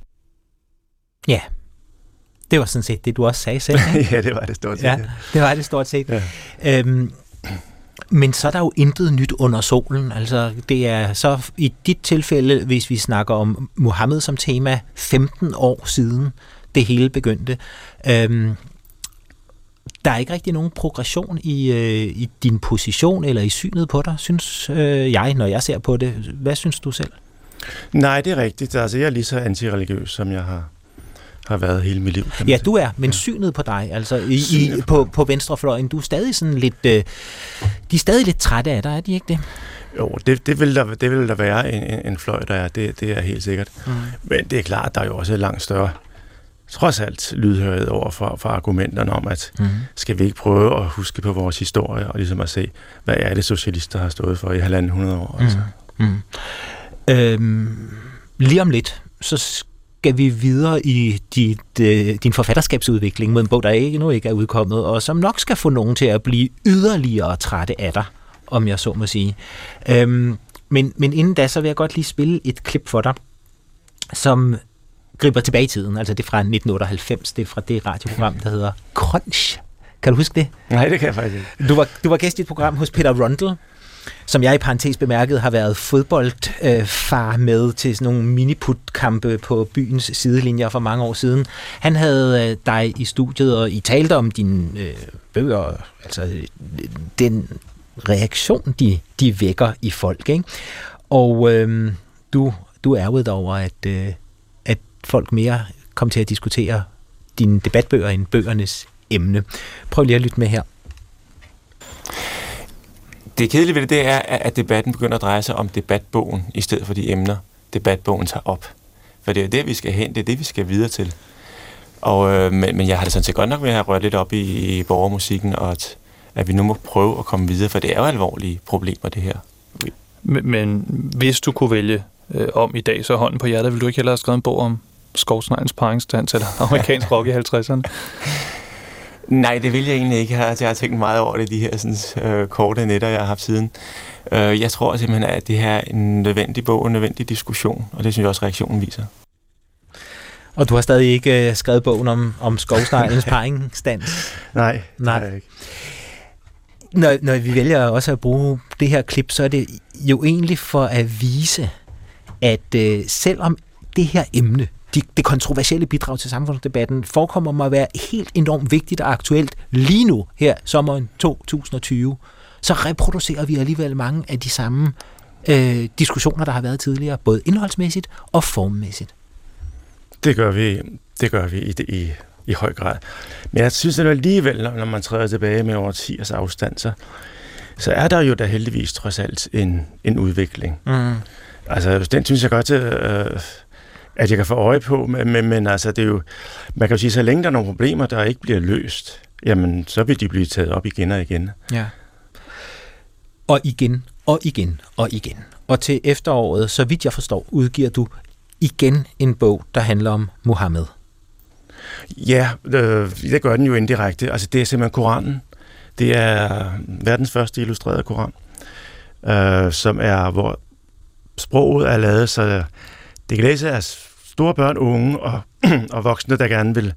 [SPEAKER 2] Ja, det var sådan set det, du også sagde selv.
[SPEAKER 4] Ja, det var det stort set.
[SPEAKER 2] Ja, det var det stort set. Ja. Øhm, men så er der jo intet nyt under solen. Altså, det er så i dit tilfælde, hvis vi snakker om Muhammed som tema, femten år siden det hele begyndte. Øhm, der er ikke rigtig nogen progression i, øh, i din position eller i synet på dig, synes øh, jeg, når jeg ser på det. Hvad synes du selv?
[SPEAKER 4] Nej, det er rigtigt. Altså, jeg er lige så antireligiøs, som jeg har har været hele mit liv.
[SPEAKER 2] Ja, du er, men ja. Synet på dig, altså i, i, på, på venstrefløjen, du er stadig sådan lidt, øh, de er stadig lidt trætte af dig, er de ikke det?
[SPEAKER 4] Jo, det, det, vil, der, det vil der være en, en fløj, der er, det, det er helt sikkert. Mm. Men det er klart, der er jo også langt større, trods alt, lydhørighed over for, for argumenterne om, at mm. skal vi ikke prøve at huske på vores historie, og ligesom at se, hvad er det socialister har stået for i halvanden hundrede år? Altså. Mm. Mm.
[SPEAKER 2] Øhm, lige om lidt, så skal vi videre i dit, øh, din forfatterskabsudvikling med en bog, der ikke, nu ikke er udkommet, og som nok skal få nogen til at blive yderligere trætte af dig, om jeg så må sige. Øhm, men, men inden da, så vil jeg godt lige spille et klip for dig, som griber tilbage i tiden. Altså det er fra nitten otteoghalvfems, det er fra det radioprogram, der hedder Crunch. Kan du huske det?
[SPEAKER 4] Nej, det kan jeg faktisk ikke.
[SPEAKER 2] Du var, du var gæst i et program hos Peter Rundle, som jeg i parentes bemærket har været fodboldfar øh, med til sådan nogle miniput-kampe på byens sidelinjer for mange år siden. Han havde øh, dig i studiet, og I talte om dine øh, bøger, altså den reaktion, de, de vækker i folk, ikke? Og øh, du, du ærgede over, at, øh, at folk mere kom til at diskutere dine debatbøger end bøgernes emne. Prøv lige at lytte med her.
[SPEAKER 5] Det kedelige ved det, det er, at debatten begynder at dreje sig om debatbogen, i stedet for de emner, debatbogen tager op. For det er det, vi skal hen, det er det, vi skal videre til. Og, øh, men, men jeg har det sådan set godt nok ved at have rørt lidt op i, i borgermusikken, og at, at vi nu må prøve at komme videre, for det er jo alvorlige problemer, det her.
[SPEAKER 6] Men, men hvis du kunne vælge øh, om i dag, så hånden på hjertet, ville du ikke hellere have skrevet en bog om skovsneglens paringsdans eller amerikansk rock i halvtredserne?
[SPEAKER 5] Nej, det vil jeg egentlig ikke. Jeg har tænkt meget over det, de her sådan, øh, korte netter, jeg har haft siden. Øh, jeg tror simpelthen, at det her er en nødvendig bog, en nødvendig diskussion, og det synes jeg også, reaktionen viser.
[SPEAKER 2] Og du har stadig ikke øh, skrevet bogen om, om skovsneglens paringsdans?
[SPEAKER 4] Nej,
[SPEAKER 2] Nej.
[SPEAKER 4] Det har jeg ikke.
[SPEAKER 2] Når, når vi vælger også at bruge det her klip, så er det jo egentlig for at vise, at øh, selvom det her emne, de, det kontroversielle bidrag til samfundsdebatten, forekommer mig at være helt enormt vigtigt og aktuelt lige nu, her sommeren to tusind og tyve, så reproducerer vi alligevel mange af de samme øh, diskussioner, der har været tidligere, både indholdsmæssigt og formmæssigt.
[SPEAKER 4] Det gør vi, det gør vi i, i, i høj grad. Men jeg synes at alligevel, når man træder tilbage med over ti års afstand, så, så er der jo da heldigvis trods alt en, en udvikling. Mm. Altså, den synes jeg godt, øh, at jeg kan få øje på, men, men altså, det er jo, man kan jo sige, så længe der er nogle problemer, der ikke bliver løst, jamen, så vil de blive taget op igen og igen.
[SPEAKER 2] Ja. Og igen, og igen, og igen. Og til efteråret, så vidt jeg forstår, udgiver du igen en bog, der handler om Muhammed.
[SPEAKER 4] Ja, øh, det gør den jo indirekte. Altså, det er simpelthen Koranen. Det er verdens første illustrerede koran, øh, som er, hvor sproget er lavet, så det kan læse af store børn, unge og, og voksne, der gerne vil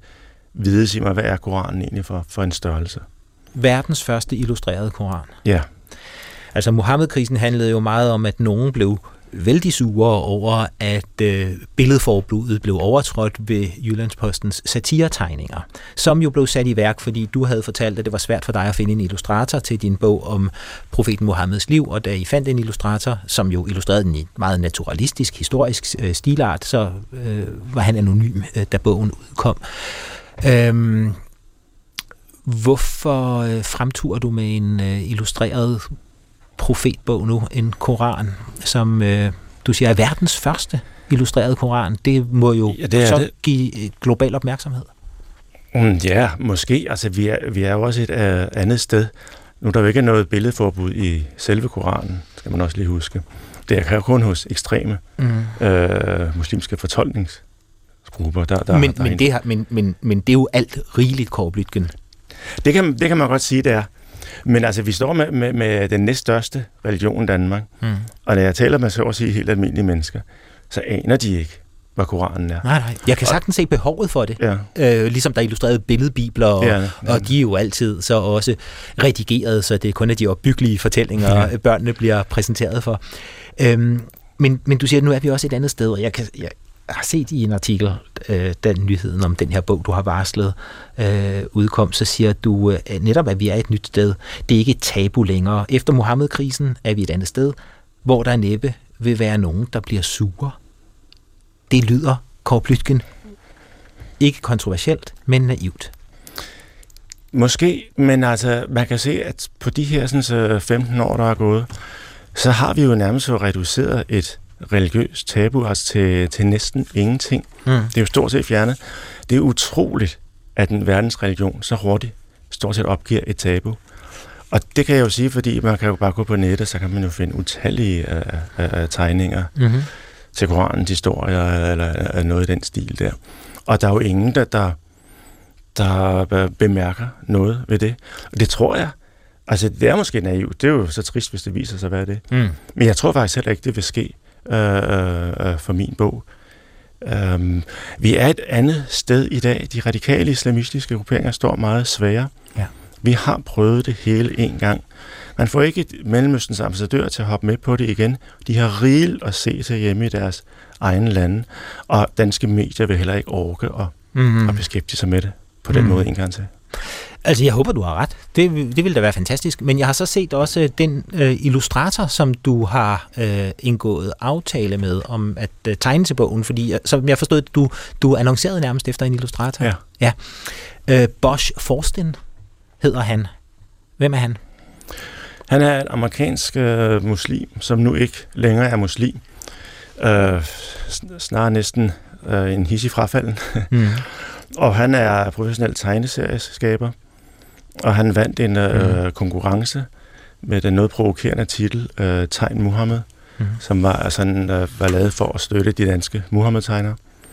[SPEAKER 4] vide, sig mig, hvad er Koranen egentlig for, for en størrelse?
[SPEAKER 2] Verdens første illustrerede koran.
[SPEAKER 4] Ja.
[SPEAKER 2] Altså, Muhammed-krisen handlede jo meget om, at nogen blev vældig sure over, at øh, billedforbuddet blev overtrådt ved Jyllandspostens satiretegninger, som jo blev sat i værk, fordi du havde fortalt, at det var svært for dig at finde en illustrator til din bog om profeten Muhammeds liv, og da I fandt en illustrator, som jo illustrerede den i meget naturalistisk, historisk øh, stilart, så øh, var han anonym, øh, da bogen udkom. Øhm, hvorfor øh, fremturer du med en øh, illustreret profetbog nu, en koran, som øh, du siger er verdens første illustrerede koran? Det må jo ja, det så det. give global opmærksomhed.
[SPEAKER 4] Mm, ja, måske. Altså, vi er, vi er jo også et uh, andet sted. Nu er der jo ikke noget billedforbud i selve koranen, skal man også lige huske. Det er kun hos ekstreme mm. øh, muslimske fortolkningsgrupper. Der, der,
[SPEAKER 2] men,
[SPEAKER 4] der
[SPEAKER 2] men, det har, men, men, men det er jo alt rigeligt, Kåre Bluitgen.
[SPEAKER 4] Det kan, det kan man godt sige, det er. Men altså, vi står med, med, med den næststørste religion i Danmark, mm. og når jeg taler med så at sige helt almindelige mennesker, så aner de ikke, hvad Koranen er.
[SPEAKER 2] Nej, nej. Jeg kan sagtens se behovet for det. Ja. Øh, ligesom der er illustreret billedbibler, og, ja, ja. og de er jo altid så også redigeret, så det kun er de opbyggelige fortællinger, ja. børnene bliver præsenteret for. Øhm, men, men du siger, at nu er vi også et andet sted, og jeg kan... Jeg, Jeg har set i en artikel, øh, den nyheden om den her bog, du har varslet, øh, udkom, så siger du øh, netop, at vi er et nyt sted. Det er ikke et tabu længere. Efter Muhammed-krisen er vi et andet sted, hvor der næppe vil være nogen, der bliver sure. Det lyder, Kåre Bluitgen, ikke kontroversielt, men naivt.
[SPEAKER 4] Måske, men altså, man kan se, at på de her sådan, femten år, der er gået, så har vi jo nærmest så reduceret et religiøs tabu, altså til, til næsten ingenting. Mm. Det er jo stort set fjernet. Det er utroligt, at en verdensreligion så hurtigt stort set opgiver et tabu. Og det kan jeg jo sige, fordi man kan jo bare gå på nettet, så kan man jo finde utallige uh, uh, tegninger mm-hmm. til Koranens historie, eller, eller noget i den stil der. Og der er jo ingen, der, der, der bemærker noget ved det. Og det tror jeg, altså det er måske naivt, det er jo så trist, hvis det viser sig at være det. Mm. Men jeg tror faktisk heller ikke, det vil ske øh, øh, for min bog. Um, vi er et andet sted i dag. De radikale islamistiske grupperinger står meget svære. Ja. Vi har prøvet det hele en gang. Man får ikke Mellemøstens ambassadør til at hoppe med på det igen. De har rigeligt at se til hjemme i deres egne lande, og danske medier vil heller ikke orke at, mm-hmm. at beskæftige sig med det på den mm. måde en gang til.
[SPEAKER 2] Altså, jeg håber, du har ret. Det, det ville da være fantastisk. Men jeg har så set også den øh, illustrator, som du har øh, indgået aftale med om at øh, tegne til bogen, fordi som jeg forstod, du, du annoncerede nærmest efter en illustrator.
[SPEAKER 4] Ja.
[SPEAKER 2] ja. Øh, Bosch Forsten hedder han. Hvem er han?
[SPEAKER 4] Han er en amerikansk øh, muslim, som nu ikke længere er muslim. Øh, snarere næsten øh, en hissig frafalden. Mm. Og han er professionel tegneserieskaber, og han vandt en øh, mm. konkurrence med den noget provokerende titel, øh, Tegn Muhammed, mm. som var, altså, øh, var lavet for at støtte de danske Muhammed-tegnere.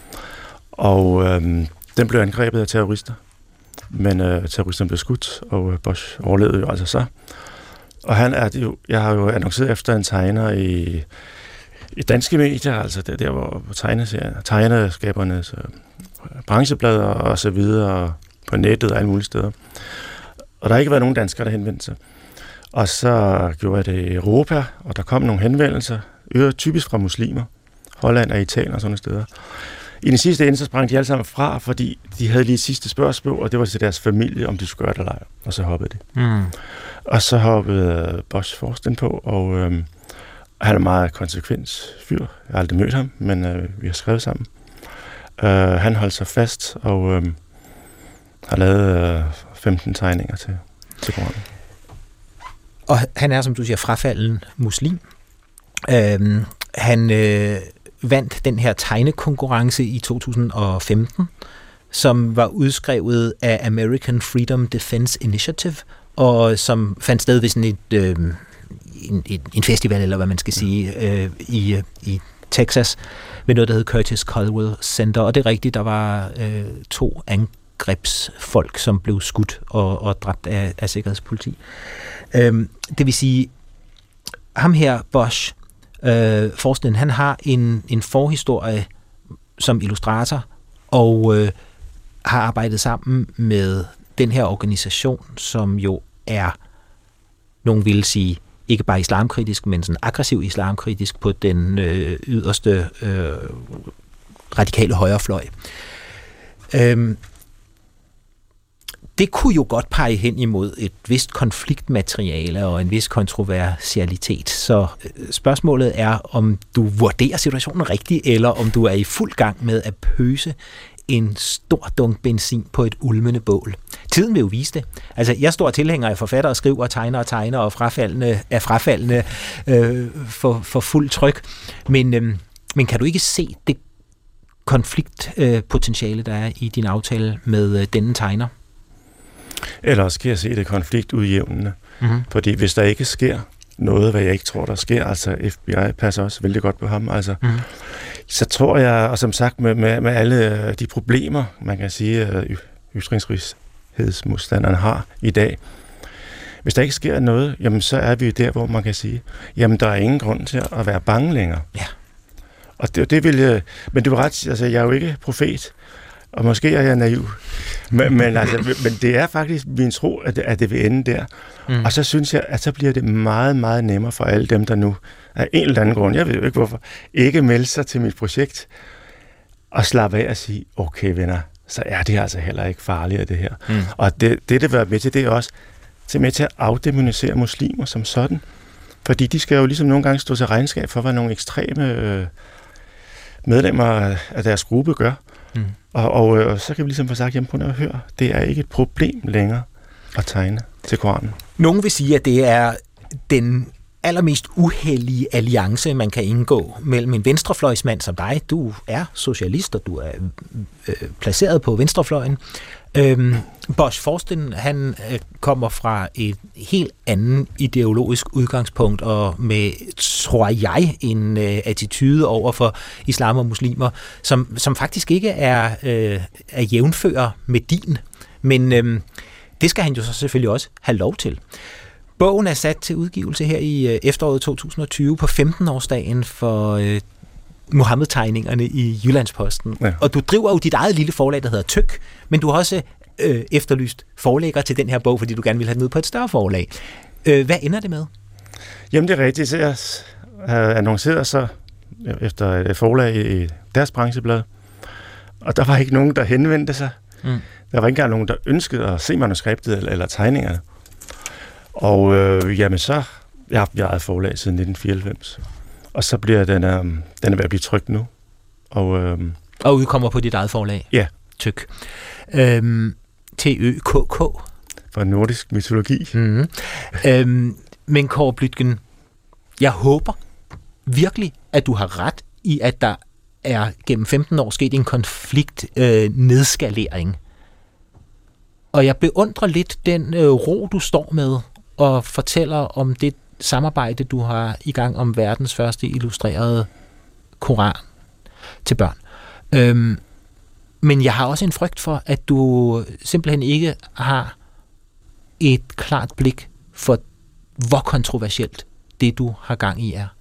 [SPEAKER 4] Og øh, den blev angrebet af terrorister, men øh, terroristerne blev skudt, og øh, Bosch overlevede jo altså så. Og han er jo, jeg har jo annonceret efter en tegner i, i danske medier, altså der, der hvor tegneskabernes øh, brancheblader og så videre, på nettet og alle mulige steder. Og der har ikke været nogen danskere, der henvendte sig. Og så gjorde jeg det i Europa, og der kom nogle henvendelser, typisk fra muslimer, Holland og Italien og sådan steder. I den sidste ende, så sprang de alle sammen fra, fordi de havde lige et sidste spørgsmål, og det var til deres familie, om de skulle gøre det eller ej. Og så hoppede de. Mm. Og så hoppede Bosch Forsten på, og øhm, han er meget konsekvent fyr. Jeg har aldrig mødt ham, men øh, vi har skrevet sammen. Uh, han holdt sig fast, og øh, har lavet øh, femten tegninger til, til Koranen.
[SPEAKER 2] Og han er, som du siger, frafalden muslim. Uh, han øh, vandt den her tegnekonkurrence i to tusind og femten, som var udskrevet af American Freedom Defense Initiative, og som fandt sted ved sådan et, øh, en, en festival, eller hvad man skal sige, øh, i, i Texas, ved noget, der hed Curtis Culwell Center. Og det er rigtigt, der var øh, to angrebsfolk, som blev skudt og, og dræbt af, af sikkerhedspoliti. Øhm, det vil sige, ham her, Bosch øh, Forsten, han har en, en forhistorie som illustrator, og øh, har arbejdet sammen med den her organisation, som jo er, nogen vil sige, ikke bare islamkritisk, men sådan aggressiv islamkritisk på den øh, yderste øh, radikale højrefløj. Øhm, det kunne jo godt pege hen imod et vist konfliktmateriale og en vis kontroversialitet. Så spørgsmålet er, om du vurderer situationen rigtigt, eller om du er i fuld gang med at pøse en stor dunk benzin på et ulmende bål. Tiden vil jo vise det. Altså, jeg står tilhænger af forfatter og skriver og tegner og tegner og frafaldende, er frafaldende øh, for, for fuld tryk. Men, øh, men kan du ikke se det konfliktpotentiale, der er i din aftale med øh, denne tegner?
[SPEAKER 4] Ellers kan jeg se det konfliktudjævnende. Mm-hmm. Fordi hvis der ikke sker noget, hvad jeg ikke tror, der sker, altså F B I passer også vældig godt på ham, altså, mm-hmm. så tror jeg, og som sagt med, med, med alle de problemer, man kan sige, ytringsfrihedsmodstanderne har i dag, hvis der ikke sker noget, jamen så er vi der, hvor man kan sige, jamen der er ingen grund til at være bange længere.
[SPEAKER 2] Ja.
[SPEAKER 4] Og det, det vil jeg, men du er ret, altså jeg er jo ikke profet, og måske er jeg naiv, men, men, altså, men det er faktisk min tro, at det, at det vil ende der. Mm. Og så synes jeg, at så bliver det meget, meget nemmere for alle dem, der nu af en eller anden grund, jeg ved jo ikke hvorfor, ikke melder sig til mit projekt, og slappe af og sige, okay venner, så er det altså heller ikke farligt det her. Mm. Og det, det, det var med til, det er også til med til at afdemonisere muslimer som sådan. Fordi de skal jo ligesom nogle gange stå til regnskab for, hvad nogle ekstreme øh, medlemmer af deres gruppe gør. Mm. Og, og, og så kan vi ligesom få sagt, jamen prøv at høre, det er ikke et problem længere at tegne til Koranen.
[SPEAKER 2] Nogen vil sige, at det er den allermest uheldige alliance, man kan indgå mellem en venstrefløjsmand som dig. Du er socialist, og du er øh, placeret på venstrefløjen. Øhm, Bosch Forsten, han øh, kommer fra et helt andet ideologisk udgangspunkt, og med, tror jeg, en øh, attitude over for islam og muslimer, som, som faktisk ikke er, øh, er jævnfører med din. Men øh, det skal han jo så selvfølgelig også have lov til. Bogen er sat til udgivelse her i øh, efteråret to tusind og tyve på femten-årsdagen for øh, Muhammed-tegningerne i Jyllandsposten. Ja. Og du driver jo dit eget lille forlag, der hedder Tyk, men du har også øh, efterlyst forlægger til den her bog, fordi du gerne vil have den ud på et større forlag. Øh, hvad ender det med?
[SPEAKER 4] Jamen det er rigtigt. Så jeg har annonceret så efter et forlag i deres brancheblad, og der var ikke nogen, der henvendte sig. Mm. Der var ikke engang nogen, der ønskede at se manuskriptet eller, eller tegningerne. Og øh, jamen så, jeg har haft eget forlag siden nitten fireoghalvfems. Og så bliver den, øh, den er ved at blive trykt nu. Og, øh,
[SPEAKER 2] og udkommer på dit eget forlag?
[SPEAKER 4] Ja.
[SPEAKER 2] Tyk. Øhm, T Ø K K.
[SPEAKER 4] For nordisk mytologi.
[SPEAKER 2] Mm-hmm. øhm, men Kåre Blytgen, jeg håber virkelig, at du har ret i, at der er gennem femten år sket en konflikt øh, nedskalering. Og jeg beundrer lidt den øh, ro, du står med, og fortæller om det samarbejde, du har i gang om verdens første illustrerede koran til børn. Øhm, men jeg har også en frygt for, at du simpelthen ikke har et klart blik for, hvor kontroversielt det, du har gang i, er.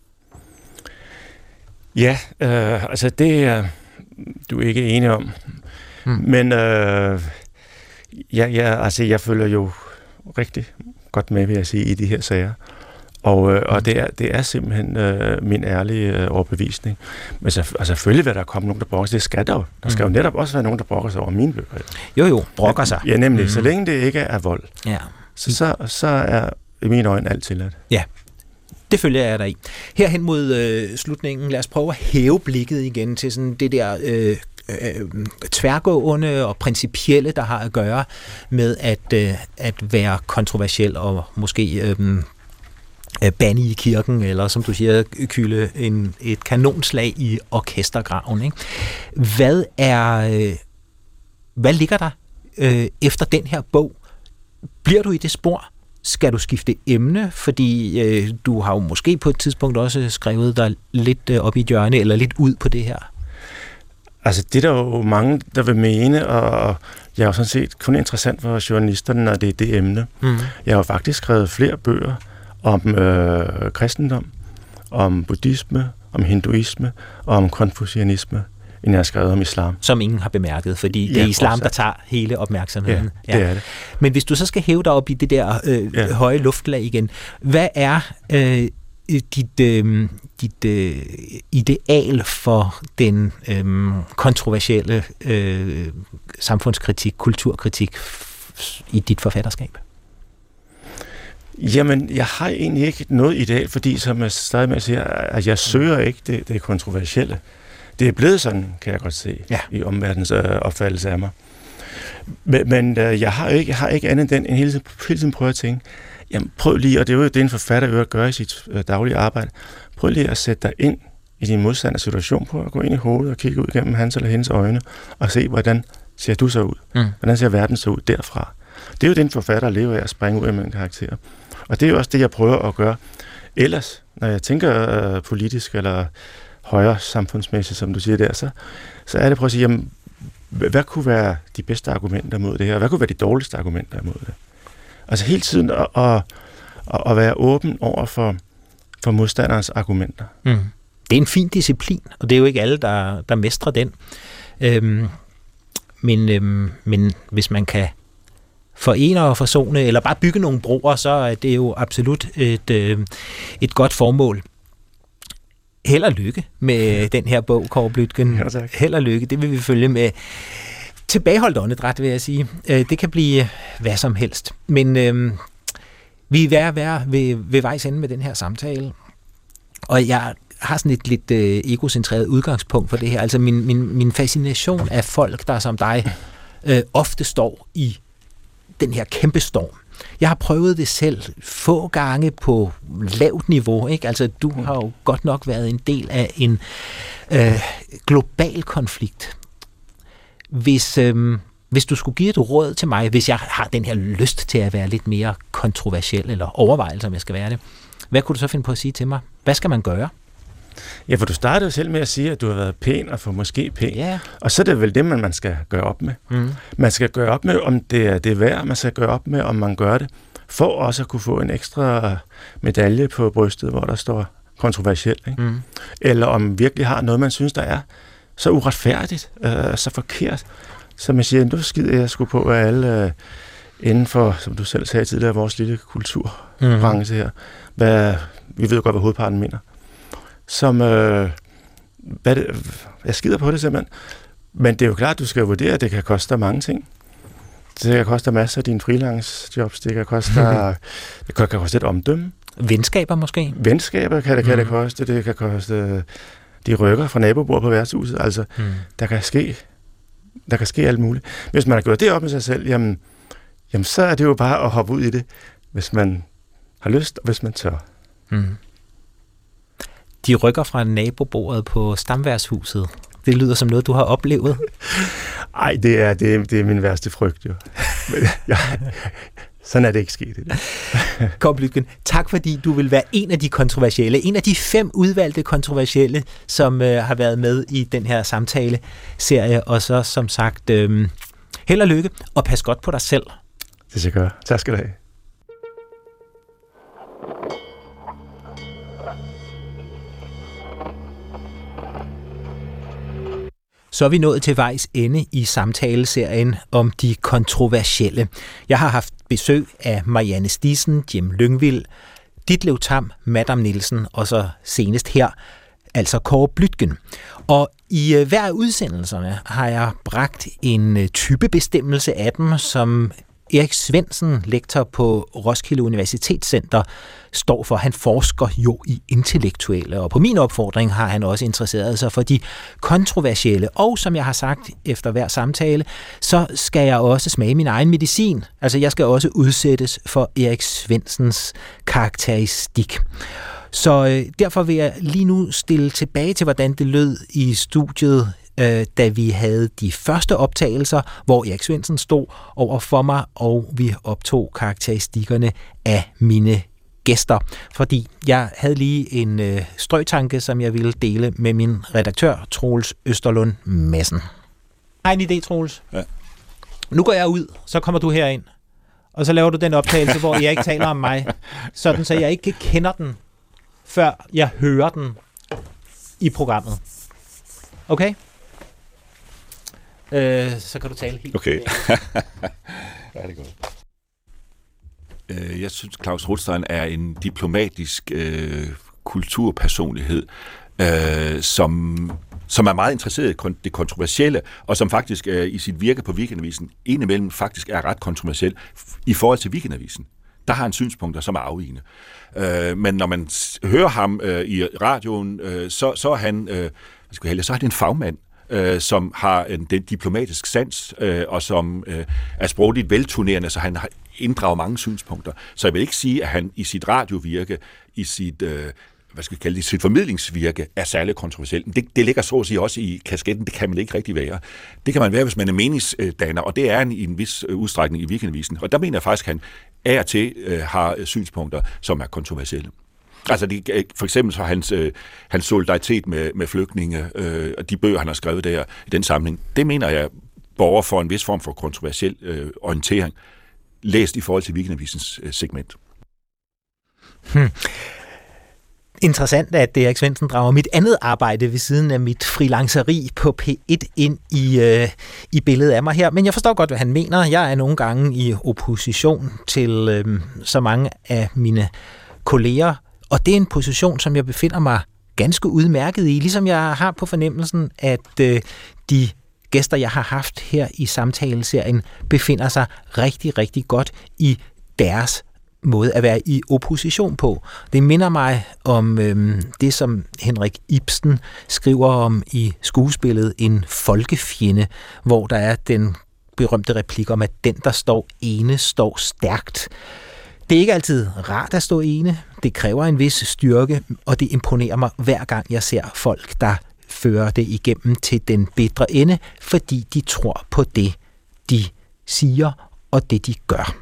[SPEAKER 4] Ja, øh, altså det er du er ikke enig om. Hmm. Men øh, ja, ja, altså jeg følger jo rigtig godt med, vil jeg sige, i de her sager. Og, øh, og det, er, det er simpelthen øh, min ærlige øh, overbevisning. Men så, altså, selvfølgelig vil der komme nogen, der brokker sig. Det skal der jo. Der skal mm. jo netop også være nogen, der brokker sig over mine bøger.
[SPEAKER 2] Jo jo, brokker sig.
[SPEAKER 4] Ja, nemlig. Mm. Så længe det ikke er vold,
[SPEAKER 2] ja.
[SPEAKER 4] så, så, så er i mine øjne alt tilladt.
[SPEAKER 2] Ja, det følger jeg dig i. Herhen mod øh, slutningen, lad os prøve at hæve blikket igen til sådan det der øh, øh, tværgående og principielle, der har at gøre med at, øh, at være kontroversiel og måske øh, bande i kirken, eller som du siger, kylde en, et kanonslag i orkestergraven. Ikke? Hvad er, øh, hvad ligger der øh, efter den her bog? Bliver du i det spor? Skal du skifte emne? Fordi øh, du har jo måske på et tidspunkt også skrevet dig lidt øh, op i et hjørne, eller lidt ud på det her.
[SPEAKER 4] Altså det er der jo mange, der vil mene, og jeg er jo sådan set kun interessant for journalisterne, når det er det emne. Mm. Jeg har jo faktisk skrevet flere bøger om øh, kristendom, om buddhisme, om hinduisme og om konfucianisme end jeg har skrevet om islam.
[SPEAKER 2] Som ingen har bemærket, fordi det
[SPEAKER 4] Ja,
[SPEAKER 2] er islam,
[SPEAKER 4] også.
[SPEAKER 2] der tager hele opmærksomheden.
[SPEAKER 4] Ja, det er det.
[SPEAKER 2] Men hvis du så skal hæve dig op i det der øh,
[SPEAKER 4] Ja.
[SPEAKER 2] høje luftlag igen, hvad er øh, dit, øh, dit øh, ideal for den øh, kontroversielle øh, samfundskritik, kulturkritik f- i dit forfatterskab?
[SPEAKER 4] Jamen, jeg har egentlig ikke noget ideal, fordi som jeg stadig med at sige, at jeg søger ikke det, det kontroversielle. Det er blevet sådan, kan jeg godt se,
[SPEAKER 2] Ja.
[SPEAKER 4] i omverdens øh, opfattelse af mig. Men, men øh, jeg har ikke, jeg har ikke andet end den, en hele, hele tiden prøver at tænke, jamen prøv lige, og det er jo det, en forfatter øvrigt gør i sit øh, daglige arbejde, prøv lige at sætte dig ind i din modstanders situation, på at gå ind i hovedet og kigge ud gennem hans eller hendes øjne, og se, hvordan ser du så ud?
[SPEAKER 2] Mm.
[SPEAKER 4] Hvordan ser verden så ud derfra? Det er jo den forfatter, der lever af at springe ud af mine karakterer. Og det er jo også det, jeg prøver at gøre. Ellers, når jeg tænker øh, politisk eller højere samfundsmæssigt, som du siger der, så, så er det prøv at sige, jamen, hvad kunne være de bedste argumenter mod det her? Hvad kunne være de dårligste argumenter imod det? Altså hele tiden at, at, at være åben over for, for modstanderens argumenter.
[SPEAKER 2] Mm. Det er en fin disciplin, og det er jo ikke alle, der, der mestrer den. Øhm, men, øhm, men hvis man kan forene og forsone, eller bare bygge nogle broer, så er det jo absolut et, øh, et godt formål. Held og lykke med den her bog, Kåre Bluitgen.
[SPEAKER 4] Ja, tak.
[SPEAKER 2] Held og lykke, det vil vi følge med tilbageholdt åndedræt, vil jeg sige. Øh, det kan blive hvad som helst. Men øh, vi er ved at være ved, ved vejs ende med den her samtale. Og jeg har sådan et lidt øh, egocentreret udgangspunkt for det her. Altså min, min, min fascination af folk, der som dig, øh, ofte står i den her kæmpe storm. Jeg har prøvet det selv få gange på lavt niveau, ikke? Altså, du har jo godt nok været en del af en øh, global konflikt. Hvis, øh, hvis du skulle give et råd til mig, hvis jeg har den her lyst til at være lidt mere kontroversiel, eller overvejelse, om jeg skal være det, hvad kunne du så finde på at sige til mig? Hvad skal man gøre?
[SPEAKER 4] Ja, for du startede jo selv med at sige, at du har været pæn og for måske pæn.
[SPEAKER 2] Ja.
[SPEAKER 4] Og så er det vel det, man skal gøre op med.
[SPEAKER 2] Mm.
[SPEAKER 4] Man skal gøre op med, om det er det værd. Man skal gøre op med, om man gør det, for også at kunne få en ekstra medalje på brystet, hvor der står kontroversielt. Ikke?
[SPEAKER 2] Mm.
[SPEAKER 4] Eller om virkelig har noget, man synes, der er så uretfærdigt, øh, så forkert, så man siger, nu skider jeg sgu på, at alle øh, inden for, som du selv sagde tidligere, vores lille kulturbranche her, hvad, vi ved jo godt, hvad hovedparten mener, som, øh, hvad det, jeg skider på det simpelthen, men det er jo klart, at du skal vurdere, at det kan koste dig mange ting. Det kan koste dig masser af dine freelance-jobs, det kan koste dig, det kan, kan koste et omdømme.
[SPEAKER 2] Venskaber måske?
[SPEAKER 4] Venskaber kan det, kan det koste, det kan koste de rykker fra nabobordet på værtshuset, altså
[SPEAKER 2] Mm.
[SPEAKER 4] der kan ske, der kan ske alt muligt. Hvis man har gjort det op med sig selv, jamen, jamen så er det jo bare at hoppe ud i det, hvis man har lyst, og hvis man tør.
[SPEAKER 2] Mm. De rykker fra nabobordet på stamværtshuset. Det lyder som noget, du har oplevet.
[SPEAKER 4] Ej, det er, det, er, det er min værste frygt, jo. Men, ja, sådan er det ikke sket.
[SPEAKER 2] Kåre Bluitgen, tak fordi du vil være en af de kontroversielle, en af de fem udvalgte kontroversielle, som øh, har været med i den her samtale-serie. Og så som sagt, øh, held og lykke, og pas godt på dig selv.
[SPEAKER 4] Det skal jeg gøre. Tak skal du have.
[SPEAKER 2] Så er vi nået til vejs ende i samtaleserien om de kontroversielle. Jeg har haft besøg af Marianne Stisen, Jim Lyngvild, Ditlev Tamm, Madam Nielsen og så senest her, altså Kåre Bluitgen. Og i hver af udsendelserne har jeg bragt en typebestemmelse af dem, som Erik Svendsen, lektor på Roskilde Universitetscenter, står for. Han forsker jo i intellektuelle, og på min opfordring har han også interesseret sig for de kontroversielle. Og som jeg har sagt efter hver samtale, så skal jeg også smage min egen medicin. Altså jeg skal også udsættes for Erik Svendsens karakteristik. Så øh, derfor vil jeg lige nu stille tilbage til, hvordan det lød i studiet, øh, da vi havde de første optagelser, hvor Erik Svendsen stod over for mig, og vi optog karakteristikkerne af mine gæster. Fordi jeg havde lige en øh, strøtanke, som jeg ville dele med min redaktør, Troels Østerlund Madsen. Har en idé, Troels?
[SPEAKER 1] Ja.
[SPEAKER 2] Nu går jeg ud, så kommer du herind, og så laver du den optagelse, hvor jeg ikke taler om mig, sådan så jeg ikke kender den, før jeg hører den i programmet. Okay? øh, så kan du tale helt.
[SPEAKER 1] Okay. Ja, det er godt. Jeg synes, Claus Rothstein er en diplomatisk øh, kulturpersonlighed, øh, som, som er meget interesseret i det kontroversielle, og som faktisk øh, i sit virke på Weekendavisen indimellem faktisk er ret kontroversiel i forhold til Weekendavisen. Der har han synspunkter, som er afvigende. Øh, men når man hører ham øh, i radioen, øh, så, så er han, øh, skal jeg, så er han en fagmand, øh, som har en, en diplomatisk sans, øh, og som øh, er sprogligt velturnerende, så han har inddrager mange synspunkter. Så jeg vil ikke sige, at han i sit radiovirke, i sit, øh, hvad skal jeg kalde det, sit formidlingsvirke, er særlig kontroversielt. Det, det ligger så at sige også i kasketten, det kan man ikke rigtig være. Det kan man være, hvis man er meningsdanner, og det er han i en vis udstrækning i Weekendavisen. Og der mener jeg faktisk, at han af og til øh, har synspunkter, som er kontroversielle. Altså det, for eksempel så hans, øh, hans solidaritet med, med flygtninge, øh, og de bøger, han har skrevet der i den sammenhæng, det mener jeg borger for en vis form for kontroversiel øh, orientering, læst i forhold til Weekendavisens øh, segment.
[SPEAKER 2] Hmm. Interessant, at Erik Svendsen drager mit andet arbejde ved siden af mit freelanceri på P et ind i, øh, i billedet af mig her. Men jeg forstår godt, hvad han mener. Jeg er nogle gange i opposition til øh, så mange af mine kolleger, og det er en position, som jeg befinder mig ganske udmærket i, ligesom jeg har på fornemmelsen, at øh, de gæster, jeg har haft her i samtaleserien, befinder sig rigtig, rigtig godt i deres måde at være i opposition på. Det minder mig om øhm, det, som Henrik Ibsen skriver om i skuespillet En folkefjende, hvor der er den berømte replik om, at den, der står ene, står stærkt. Det er ikke altid rart at stå ene. Det kræver en vis styrke, og det imponerer mig hver gang, jeg ser folk, der fører det igennem til den bedre ende, fordi de tror på det, de siger og det, de gør.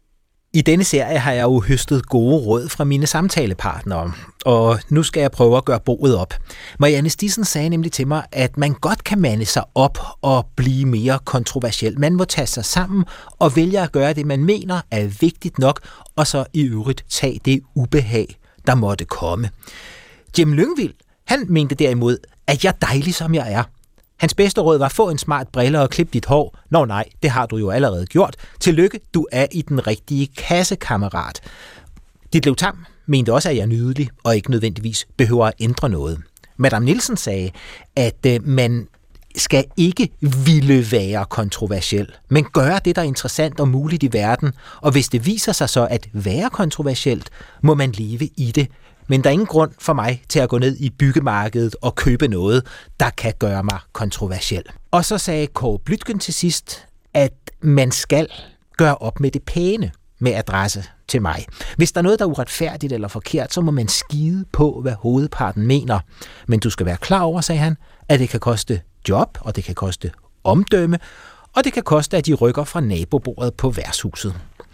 [SPEAKER 2] I denne serie har jeg jo høstet gode råd fra mine samtalepartnere, og nu skal jeg prøve at gøre bordet op. Marianne Stidsen sagde nemlig til mig, at man godt kan mande sig op og blive mere kontroversiel. Man må tage sig sammen og vælge at gøre det, man mener er vigtigt nok, og så i øvrigt tage det ubehag, der måtte komme. Jim Lyngvild, han mente derimod, at jeg er dejlig, som jeg er. Hans bedste råd var at få en smart briller og klippe dit hår. Nå nej, det har du jo allerede gjort. Tillykke, du er i den rigtige kassekammerat. Ditlev Tamm mente også, at jeg er nydelig og ikke nødvendigvis behøver at ændre noget. Madame Nielsen sagde, at øh, man skal ikke ville være kontroversiel, men gøre det, der er interessant og muligt i verden. Og hvis det viser sig så at være kontroversielt, må man leve i det. Men der er ingen grund for mig til at gå ned i byggemarkedet og købe noget, der kan gøre mig kontroversiel. Og så sagde Kåre Blytgen til sidst, at man skal gøre op med det pæne med adresse til mig. Hvis der er noget, der er uretfærdigt eller forkert, så må man skide på, hvad hovedparten mener. Men du skal være klar over, sagde han, at det kan koste job, og det kan koste omdømme, og det kan koste, at de rykker fra nabobordet på værtshuset.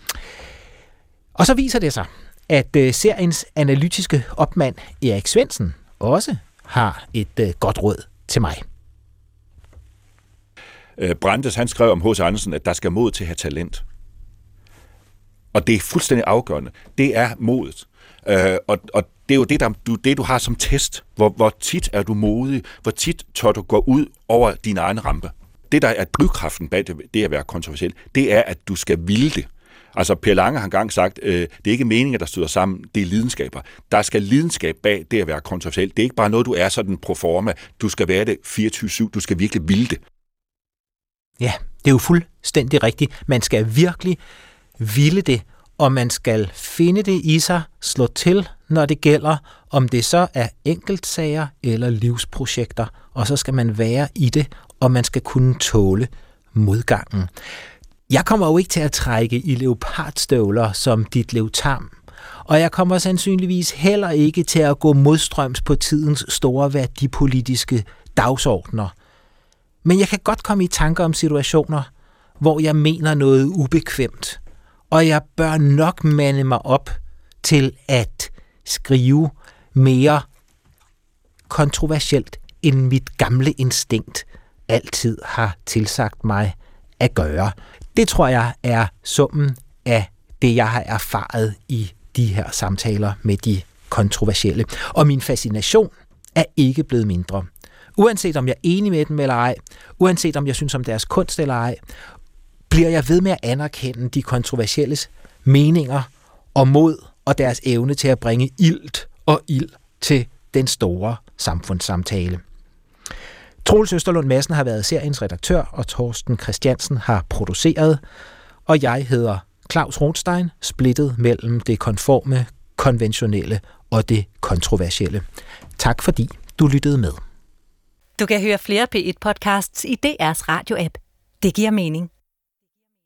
[SPEAKER 2] Og så viser det sig, at uh, seriens analytiske opmand Erik Svendsen også har et uh, godt råd til mig.
[SPEAKER 1] Brandes, han skrev om H C Andersen, at der skal mod til at have talent. Og det er fuldstændig afgørende. Det er modet. Uh, og, og det er jo det, der, du, det, du har som test. Hvor, hvor tit er du modig? Hvor tit tør du gå ud over din egen rampe? Det, der er drivkraften bag det, det at være kontroversiel, det er, at du skal ville det. Altså, Per Lange har engang sagt, øh, det er ikke meninger, der støder sammen, det er lidenskaber. Der skal lidenskab bag det at være kontroversiel. Det er ikke bare noget, du er sådan pro forma. Du skal være det fireogtyve syv. Du skal virkelig ville det.
[SPEAKER 2] Ja, det er jo fuldstændig rigtigt. Man skal virkelig ville det, og man skal finde det i sig, slå til, når det gælder, om det så er enkeltsager eller livsprojekter. Og så skal man være i det, og man skal kunne tåle modgangen. Jeg kommer jo ikke til at trække i leopardstøvler som Ditlev Tamm, og jeg kommer sandsynligvis heller ikke til at gå modstrøms på tidens store værdipolitiske dagsordner. Men jeg kan godt komme i tanker om situationer, hvor jeg mener noget ubekvemt, og jeg bør nok mande mig op til at skrive mere kontroversielt, end mit gamle instinkt altid har tilsagt mig at gøre. Det tror jeg er summen af det, jeg har erfaret i de her samtaler med de kontroversielle. Og min fascination er ikke blevet mindre. Uanset om jeg er enig med dem eller ej, uanset om jeg synes om deres kunst eller ej, bliver jeg ved med at anerkende de kontroversielles meninger og mod og deres evne til at bringe ilt og ild til den store samfundssamtale. Troels Østerlund Madsen har været seriens redaktør, og Torsten Christiansen har produceret, og jeg hedder Claus Rothstein, splittet mellem det konforme, konventionelle og det kontroversielle. Tak fordi du lyttede med.
[SPEAKER 7] Du kan høre flere P et podcasts i D R's radio-app. Det giver mening.